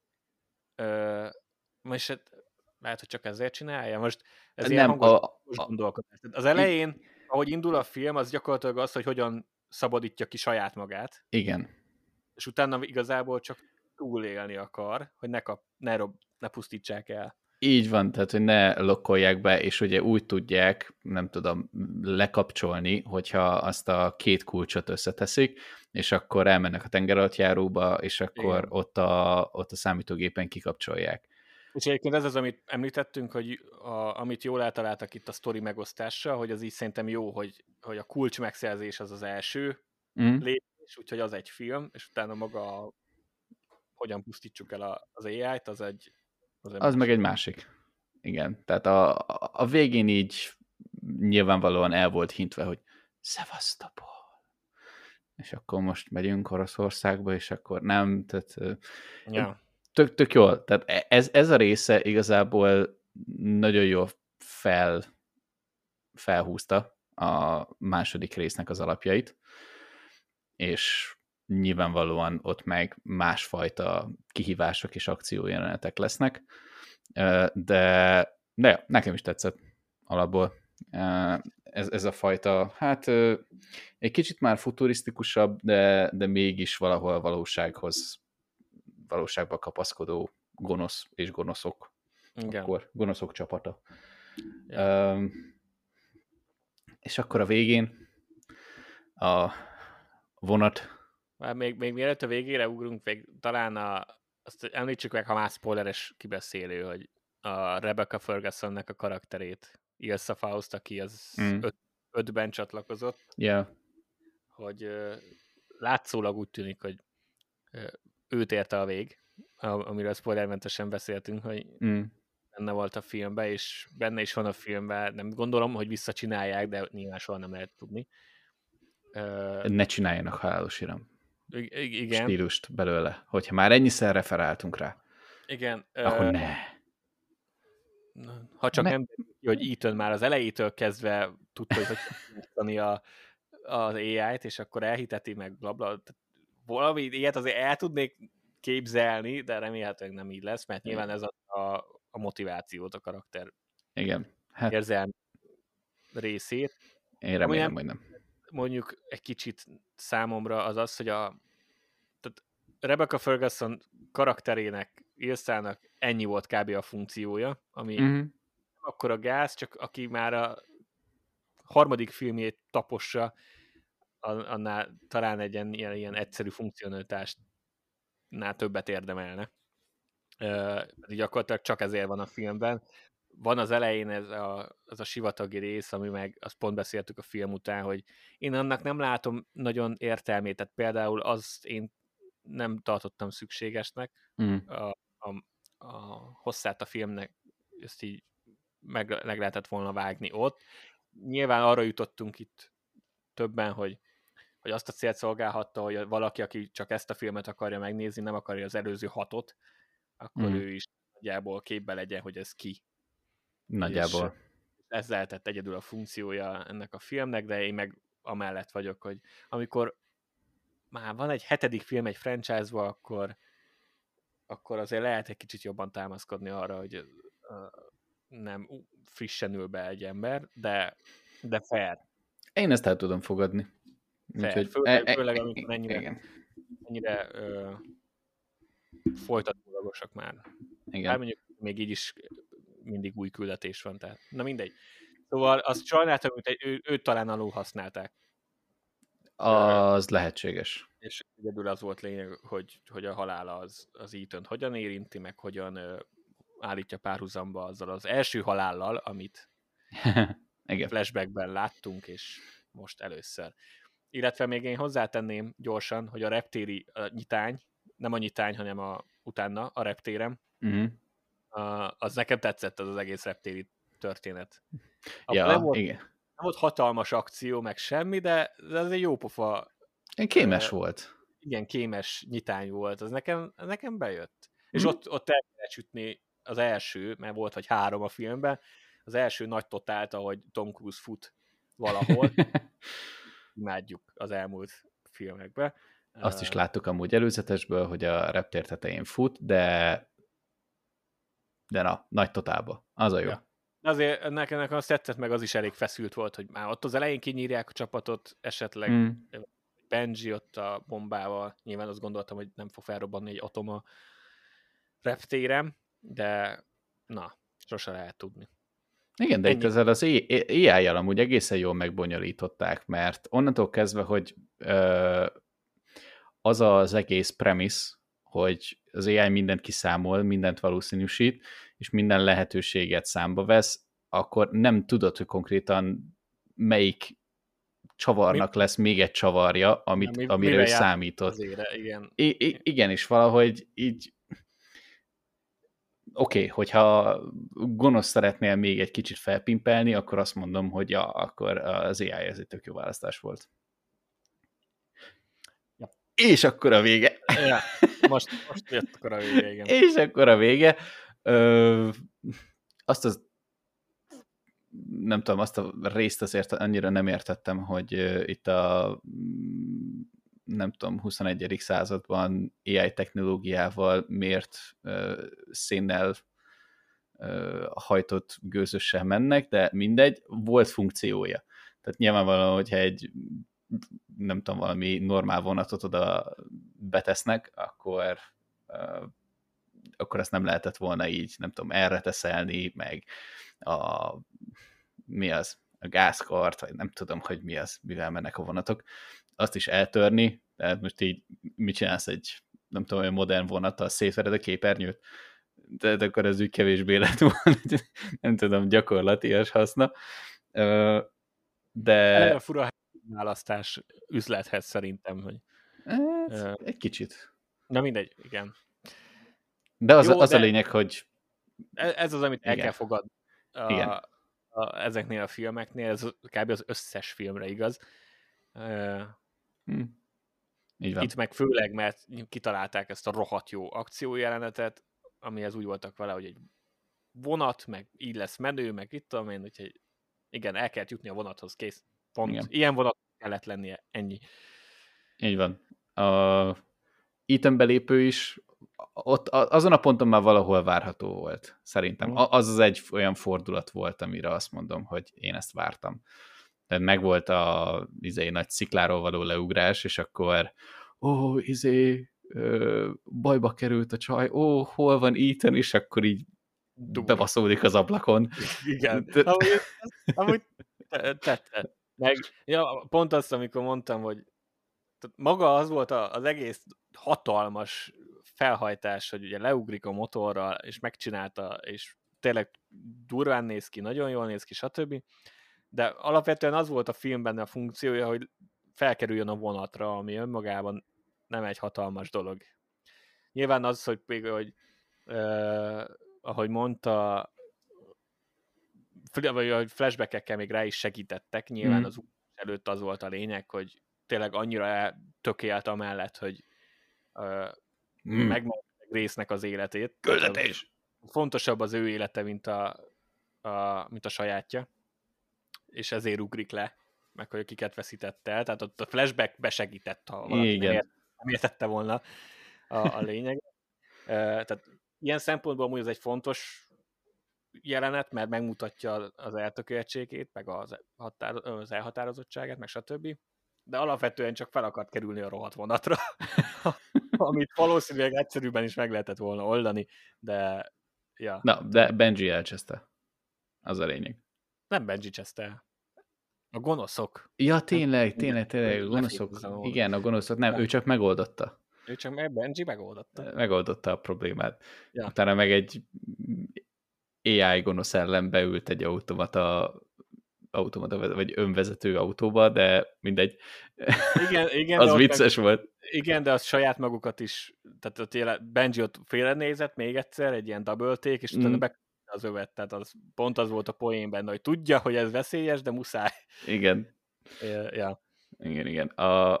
most hát lehet, hogy csak ezért csinálja. Most ez nem, ilyen hangos gondolkodás. Az elején, ahogy indul a film, az gyakorlatilag az, hogy hogyan szabadítja ki saját magát. Igen. És utána igazából csak túlélni akar, hogy ne pusztítsák el. Így van, tehát hogy ne lokkolják be, és ugye úgy tudják, nem tudom, lekapcsolni, hogyha azt a két kulcsot összeteszik, és akkor elmennek a tengeralattjáróba, és akkor ott a számítógépen kikapcsolják. És egyébként ez az, amit említettünk, hogy amit jól eltaláltak itt a sztori megosztással, hogy az így szerintem jó, hogy a kulcs megszerzés az első lépés, úgyhogy az egy film, és utána maga hogyan pusztítsuk el az AI-t, az meg egy másik. Igen, tehát a végén így nyilvánvalóan el volt hintve, hogy Szevasztopol. És akkor most megyünk Oroszországba, és akkor nem, tehát tök jól. Tehát ez a része igazából nagyon jól felhúzta a második résznek az alapjait, és nyilvánvalóan ott meg másfajta kihívások és akciójelenetek lesznek, de nekem is tetszett alapból. Ez a fajta, hát egy kicsit már futurisztikusabb, de mégis valahol valóságba kapaszkodó gonosz és gonoszok. Igen. Akkor gonoszok csapata. Ja. És akkor a végén a vonat. Már még mielőtt a végére ugrunk, talán azt említsük meg, ha már spoileres kibeszélő, hogy a Rebecca Fergusonnek a karakterét, Ilsa Faust, aki az 5-ben csatlakozott, hogy látszólag úgy tűnik, hogy őt érte a vég, amiről spoilermentesen beszéltünk, hogy benne volt a filmben, és benne is van a filmben, nem gondolom, hogy visszacsinálják, de nyilván soha nem lehet tudni. Ne csináljanak halálos iram. Igen. Stílust belőle. Hogyha már ennyiszer referáltunk rá. Igen. Akkor ne. Ha csak nem hogy Ethan már az elejétől kezdve tudta, hogy tudni az AI-t, és akkor elhiteti meg blabla. Valami ilyet azért el tudnék képzelni, de remélhetőleg nem így lesz, mert nyilván ez a motivációt, a karakter érzelmi részét. Én remélem, hogy nem. Mondjuk egy kicsit számomra az, hogy tehát Rebecca Ferguson karakterének, Ilsának ennyi volt kb. A funkciója, ami nem akkora gáz, csak aki már a harmadik filmjét tapossa, annál talán egy ilyen egyszerű funkcionalitásnál többet érdemelne. Gyakorlatilag csak ezért van a filmben. Van az elején ez a sivatagi rész, ami meg, azt pont beszéltük a film után, hogy én annak nem látom nagyon értelmét, tehát például azt én nem tartottam szükségesnek, a hosszát a filmnek, ezt így meg lehetett volna vágni ott. Nyilván arra jutottunk itt többen, hogy azt a célt szolgálhatta, hogy valaki, aki csak ezt a filmet akarja megnézni, nem akarja az előző 6-ot, akkor ő is nagyjából képbe legyen, hogy ez ki. Nagyjából. És ez lehetett egyedül a funkciója ennek a filmnek, de én meg amellett vagyok, hogy amikor már van egy 7. film egy franchise-ba, akkor azért lehet egy kicsit jobban támaszkodni arra, hogy nem frissen ül be egy ember, de fair. Én ezt el tudom fogadni. Fair. Főleg amikor ennyire folytatólagosak már. Igen. Mondjuk még így is mindig új küldetés van, tehát na mindegy. Szóval azt sajnáltam, hogy őt talán alul használták. Az lehetséges. És egyedül az volt lényeg, hogy a halála az Ethan hogyan érinti, meg hogyan állítja párhuzamba azzal az első halállal, amit flashbackben láttunk, és most először. Illetve még én hozzátenném gyorsan, hogy a reptéri nyitány, nem a nyitány, hanem utána a reptérem, az nekem tetszett az egész reptéri történet. Nem volt hatalmas akció, meg semmi, de ez egy jó pofa. Kémes volt. Igen, kémes nyitány volt. Az nekem bejött. És ott el kellett sütni az első, mert volt vagy 3 a filmben, az első nagy totált, ahogy Tom Cruise fut valahol. Imádjuk az elmúlt filmekben. Azt is láttuk amúgy előzetesből, hogy a reptér tetején fut, de nagy totálba. Az a jó. Ja. Azért nekem azt tetszett, meg az is elég feszült volt, hogy már ott az elején kinyírják a csapatot, esetleg Benji ott a bombával, nyilván azt gondoltam, hogy nem fog felrobbanni egy atoma reptérem, de sose lehet tudni. Igen, de itt ezzel az AI-jal amúgy egészen jól megbonyolították, mert onnantól kezdve, hogy az az egész premise, hogy az AI mindent kiszámol, mindent valószínűsít, és minden lehetőséget számba vesz, akkor nem tudod, hogy konkrétan melyik csavarnak lesz még egy csavarja, amire ő számított. Igen. Igen, és valahogy így oké, hogyha gonosz szeretnél még egy kicsit felpimpelni, akkor azt mondom, hogy akkor az AI ez egy tök jó választás volt. Ja. És akkor a vége. Ja, most jött akkor a vége, igen. És akkor a vége. Nem tudom, azt a részt azért annyira nem értettem, hogy itt nem tudom, 21. században AI technológiával mért szénnel hajtott gőzössel mennek, de mindegy, volt funkciója. Tehát nyilvánvalóan, hogyha egy nem tudom, valami normál vonatot oda betesznek, akkor ezt nem lehetett volna így, nem tudom, erre teszelni, meg mi az? A gázkart, vagy nem tudom, hogy mi az, mivel mennek a vonatok. Azt is eltörni, tehát most így mit csinálsz egy, nem tudom, olyan modern vonattal, szétvered a képernyőt, de akkor ez úgy kevésbé lett volna, nem tudom, gyakorlatias haszna. De... Eleve fura választás üzlethez szerintem, hogy... egy kicsit. Na mindegy, igen. De az a lényeg, hogy... Ez az, amit el kell fogadni igen. Ezeknél a filmeknél, ez kb. Az összes filmre igaz. Így van. Itt meg főleg, mert kitalálták ezt a rohadt jó akciójelenetet, amihez úgy voltak vele, hogy egy vonat, meg így lesz menő, meg itt tudom én, úgyhogy igen, el kellett jutni a vonathoz, kész. Pont. Igen. Ilyen vonat kellett lennie, ennyi. Így van. Ethan belépő is ott azon a ponton már valahol várható volt, szerintem. Az egy olyan fordulat volt, amire azt mondom, hogy én ezt vártam. Tehát megvolt a nagy szikláról való leugrás, és akkor bajba került a csaj, hol van Ethan, és akkor így bebaszódik az ablakon. Igen. Amúgy tetszett. Meg, ja, pont azt, amikor mondtam, hogy maga az volt az egész hatalmas felhajtás, hogy ugye leugrik a motorral, és megcsinálta, és tényleg durván néz ki, nagyon jól néz ki, stb. De alapvetően az volt a filmben a funkciója, hogy felkerüljön a vonatra, ami önmagában nem egy hatalmas dolog. Nyilván az, hogy például, ahogy mondta, vagy flashback-ekkel még rá is segítettek, nyilván az előtt az volt a lényeg, hogy tényleg annyira tökélt amellett, hogy megmentek résznek az életét. Küldetés! Fontosabb az ő élete, mint a sajátja. És ezért ugrik le, meg hogy kiket veszítette el. Tehát ott a flashback besegített, ha valaki nem értette volna a lényeg. Tehát ilyen szempontból amúgy ez egy fontos jelenet, mert megmutatja az eltökéltségét, meg az elhatározottságát, meg stb. De alapvetően csak fel akart kerülni a rohadt vonatra, amit valószínűleg egyszerűbben is meg lehetett volna oldani, de ja. Na, de Benji elcseszte. Az a lényeg. Nem Benji cseszte el. A gonoszok. Ja, tényleg, a gonoszok. Igen, a gonoszok. Nem, ő csak megoldotta. Benji megoldotta. Megoldotta a problémát. Ja. Utána meg egy AI gonosz ellen beült egy automata vagy önvezető autóba, de mindegy. Igen, az vicces volt. Igen, de az saját magukat is, tehát ott Benji ott félrenézett még egyszer, egy ilyen double take, és utána beküldte az övet, tehát pont az volt a poén benne, hogy tudja, hogy ez veszélyes, de muszáj. Igen. Ja. Igen.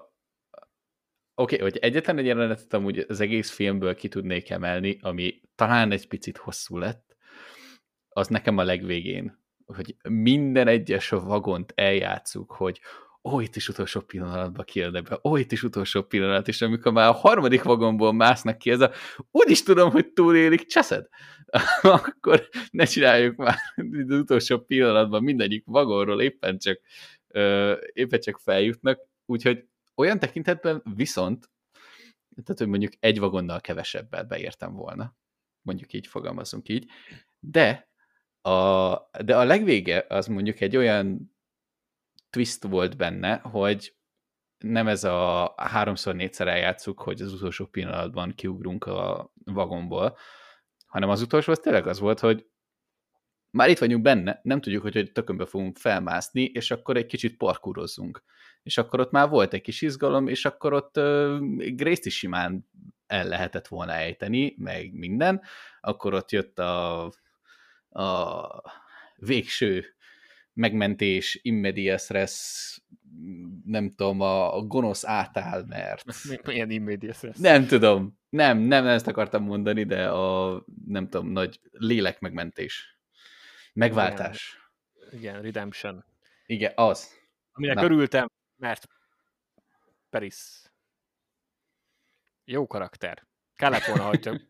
Oké, hogy egyetlen egy jelenetet amúgy az egész filmből ki tudnék emelni, ami talán egy picit hosszú lett, az nekem a legvégén, hogy minden egyes vagont eljátszuk, hogy itt is utolsó pillanatban kijönnek be, itt is utolsó pillanat, és amikor már a harmadik vagonból másznak ki, ez úgyis tudom, hogy túlélik, cseszed. Akkor ne csináljuk már az utolsó pillanatban, mindegyik vagonról éppen csak feljutnak, úgyhogy olyan tekintetben viszont, tehát, hogy mondjuk egy vagonnal kevesebbel beértem volna, mondjuk így fogalmazunk így, de a legvége az mondjuk egy olyan twist volt benne, hogy nem ez a 3x4-szer eljátszuk, hogy az utolsó pillanatban kiugrunk a vagonból, hanem az utolsó az tényleg az volt, hogy már itt vagyunk benne, nem tudjuk, hogy tökönbe fogunk felmászni, és akkor egy kicsit parkúrozzunk. És akkor ott már volt egy kis izgalom, és akkor ott Grace-t is simán el lehetett volna ejteni, meg minden. Akkor ott jött a végső megmentés, immediate res, nem tudom, a gonosz átáll, mert... Milyen immediate res? Nem tudom. Nem ezt akartam mondani, de nem tudom, nagy lélek megmentés. Megváltás. Igen, redemption. Igen, az. Aminek örültem, mert Paris. Jó karakter. Kellett volna, hogy csak...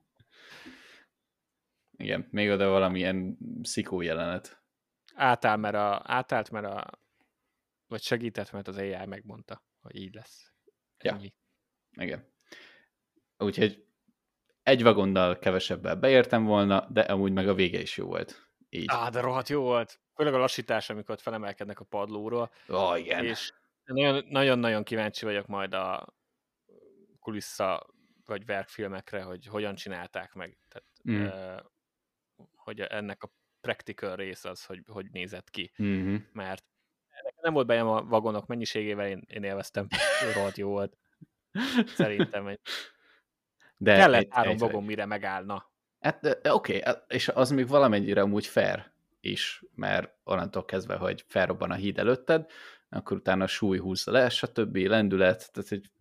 Igen, még oda valamilyen szikó jelenet. Átállt, mert vagy segített, mert az AI megmondta, hogy így lesz. Ennyi. Ja. Igen. Úgyhogy egy vagonnal kevesebbel beértem volna, de amúgy meg a vége is jó volt. Így. De rohadt jó volt. Főleg a lassítás, amikor ott felemelkednek a padlóról. Igen. És nagyon-nagyon kíváncsi vagyok majd a kulissza vagy verkfilmekre, hogy hogyan csinálták meg. Tehát, hogy ennek a practical rész az, hogy nézett ki. Mert nem volt bejön a vagonok mennyiségével, én élveztem. Rohadt jó volt. Szerintem. De kellett 3 vagon, mire megállna. Hát oké, és az még valamennyire amúgy fair is, mert onnantól kezdve, hogy felrobban a híd előtted, akkor utána a súly húzza le, stb. Lendület, tehát hogy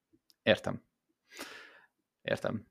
Értem.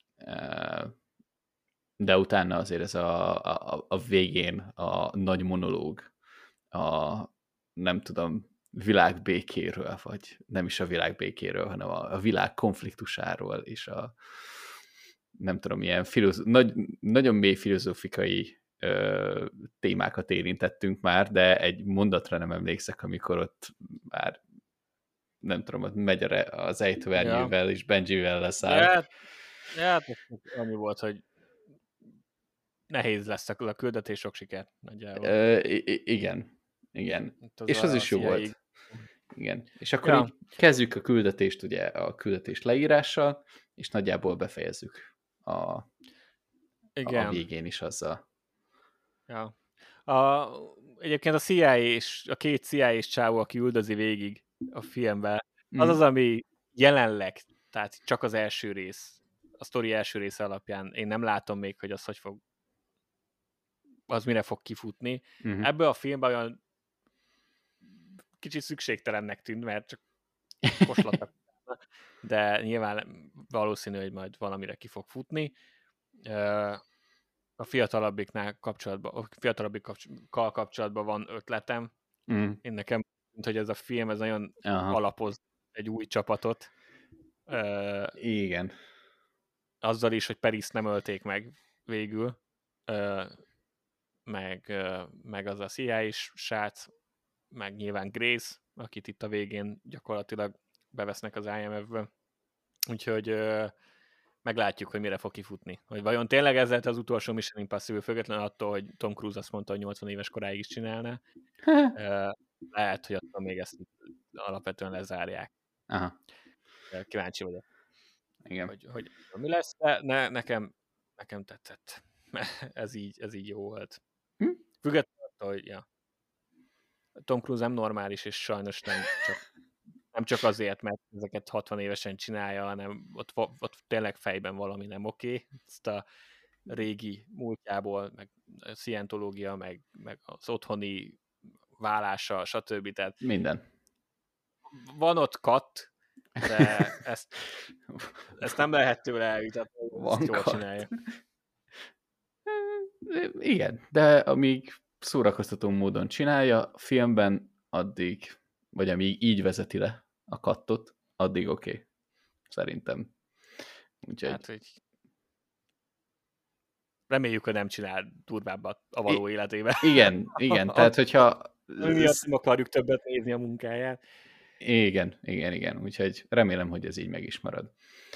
De utána azért ez a végén a nagy monológ, nem tudom, világbékéről, vagy nem is a világbékéről, hanem a világ konfliktusáról, és nem tudom, ilyen nagyon mély filozófikai témákat érintettünk már, de egy mondatra nem emlékszek, amikor ott már nem tudom, ott megy az ejtőernyővel és Benjivel leszáll. Ja, annyi volt, hogy nehéz lesz a küldetés, sok sikert nagyjából. Igen. És az is jó volt. Igen. És akkor így kezdjük a küldetést, ugye a küldetés leírással, és nagyjából befejezzük a végén is azzal. Ja. Egyébként a CIA és a 2 CIA-s csávó, aki üldözi végig a filmben, az, ami jelenleg, tehát csak az első rész, a sztori első része alapján én nem látom még, hogy az mire fog kifutni. Ebből a filmben olyan kicsit szükségtelennek tűnt, mert csak koslattak. De nyilván valószínű, hogy majd valamire ki fog futni. A fiatalabbiknál kapcsolatban van ötletem. Én nekem, hogy ez a film, ez nagyon alapoz egy új csapatot. Igen. Azzal is, hogy Paris nem ölték meg végül. Meg az a CIA-s srác, meg nyilván Grace, akit itt a végén gyakorlatilag bevesznek az IMF-ből. Úgyhogy meglátjuk, hogy mire fog kifutni. Hogy vajon tényleg ez lett az utolsó Mission Impossible, függetlenül attól, hogy Tom Cruise azt mondta, hogy 80 éves koráig is csinálná. Lehet, hogy attól még ezt alapvetően lezárják. Aha. Kíváncsi vagyok. Igen. Hogy mi lesz, de nekem tetszett. Ez így jó volt. Függetlenül attól, hogy Tom Cruise nem normális, és sajnos nem csak azért, mert ezeket 60 évesen csinálja, hanem ott tényleg fejben valami nem oké. Ezt a régi múltjából, meg a szientológia, meg az otthoni vállása, stb. Tehát minden. Van ott katt, de ezt nem lehet tőle elvitatni, hogy ezt jól csinálja. Igen, de amíg szórakoztató módon csinálja, filmben addig, vagy amíg így vezeti le a kattot, addig oké. Szerintem. Úgyhogy... Hát, hogy reméljük, hogy nem csinál durvábbat a való életében. Igen, tehát hogyha... Miatt nem akarjuk többet nézni a munkáját. Igen. Úgyhogy remélem, hogy ez így meg is marad.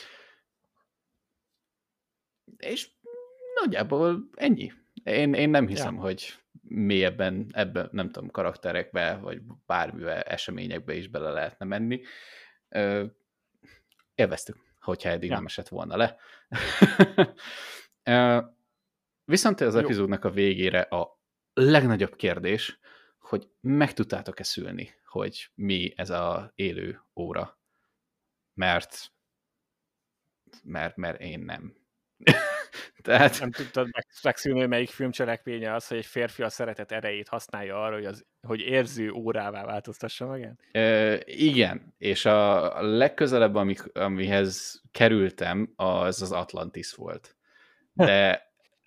És nagyjából ennyi. Én nem hiszem, hogy mélyebben ebben, nem tudom, karakterekbe, vagy bármivel, eseményekbe is bele lehetne menni. Élveztük, hogyha eddig nem esett volna le. Viszont az epizódnak a végére a legnagyobb kérdés, hogy meg tudtátok-e szülni, hogy mi ez az élő óra? Mert én nem. Tehát... Nem tudtad megszülni, hogy melyik filmcselekménye az, hogy egy férfi a szeretet erejét használja arra, hogy érző órává változtassa magát? Igen, és a legközelebb, amihez kerültem, az Atlantis volt. De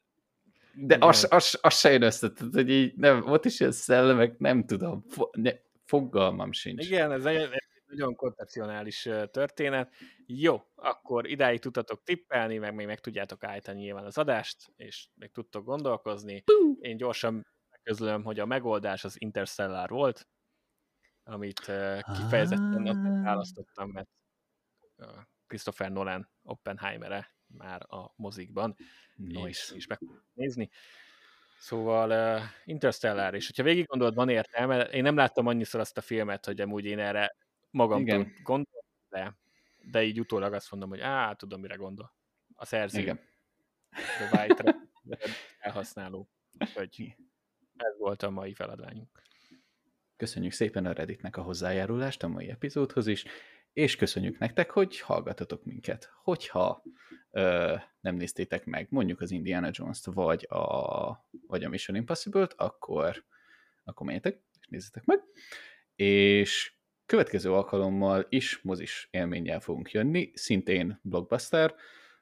az se jön össze, hogy így, nem, ott is ilyen szellemek, nem tudom, fogalmam sincs. Igen, ez egy nagyon koncepcionális történet. Jó, akkor idáig tudtatok tippelni, meg még meg tudjátok állítani nyilván az adást, és meg tudtok gondolkozni. Én gyorsan közlöm, hogy a megoldás az Interstellar volt, amit kifejezetten azért választottam, mert Christopher Nolan Oppenheimere már a mozikban, nice. és meg nézni. Szóval Interstellar, és hogyha végig gondolod, van értelme, én nem láttam annyiszor azt a filmet, hogy amúgy én erre magamtól gondolom, de így utólag azt mondom, hogy tudom, mire gondol. A szerző. Igen. The White elhasználó. Úgyhogy ez volt a mai feladványunk. Köszönjük szépen a Redditnek a hozzájárulást a mai epizódhoz is, és köszönjük nektek, hogy hallgatatok minket. Hogyha nem néztétek meg mondjuk az Indiana Jones-t, vagy a Mission Impossible-t, akkor menjetek, és nézzetek meg. És következő alkalommal is mozis élménnyel fogunk jönni, szintén blockbuster,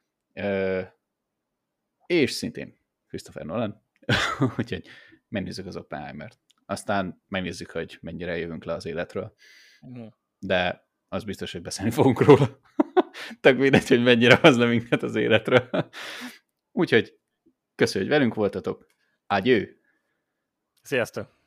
és szintén Christopher Nolan, úgyhogy megnézzük az Oppenheimert. Aztán megnézzük, hogy mennyire jövünk le az életről. De az biztos, hogy beszélni fogunk róla. Tök mindegy, hogy mennyire hozna minket az életről. Úgyhogy köszönjük, hogy velünk voltatok. Adieu! Sziasztok!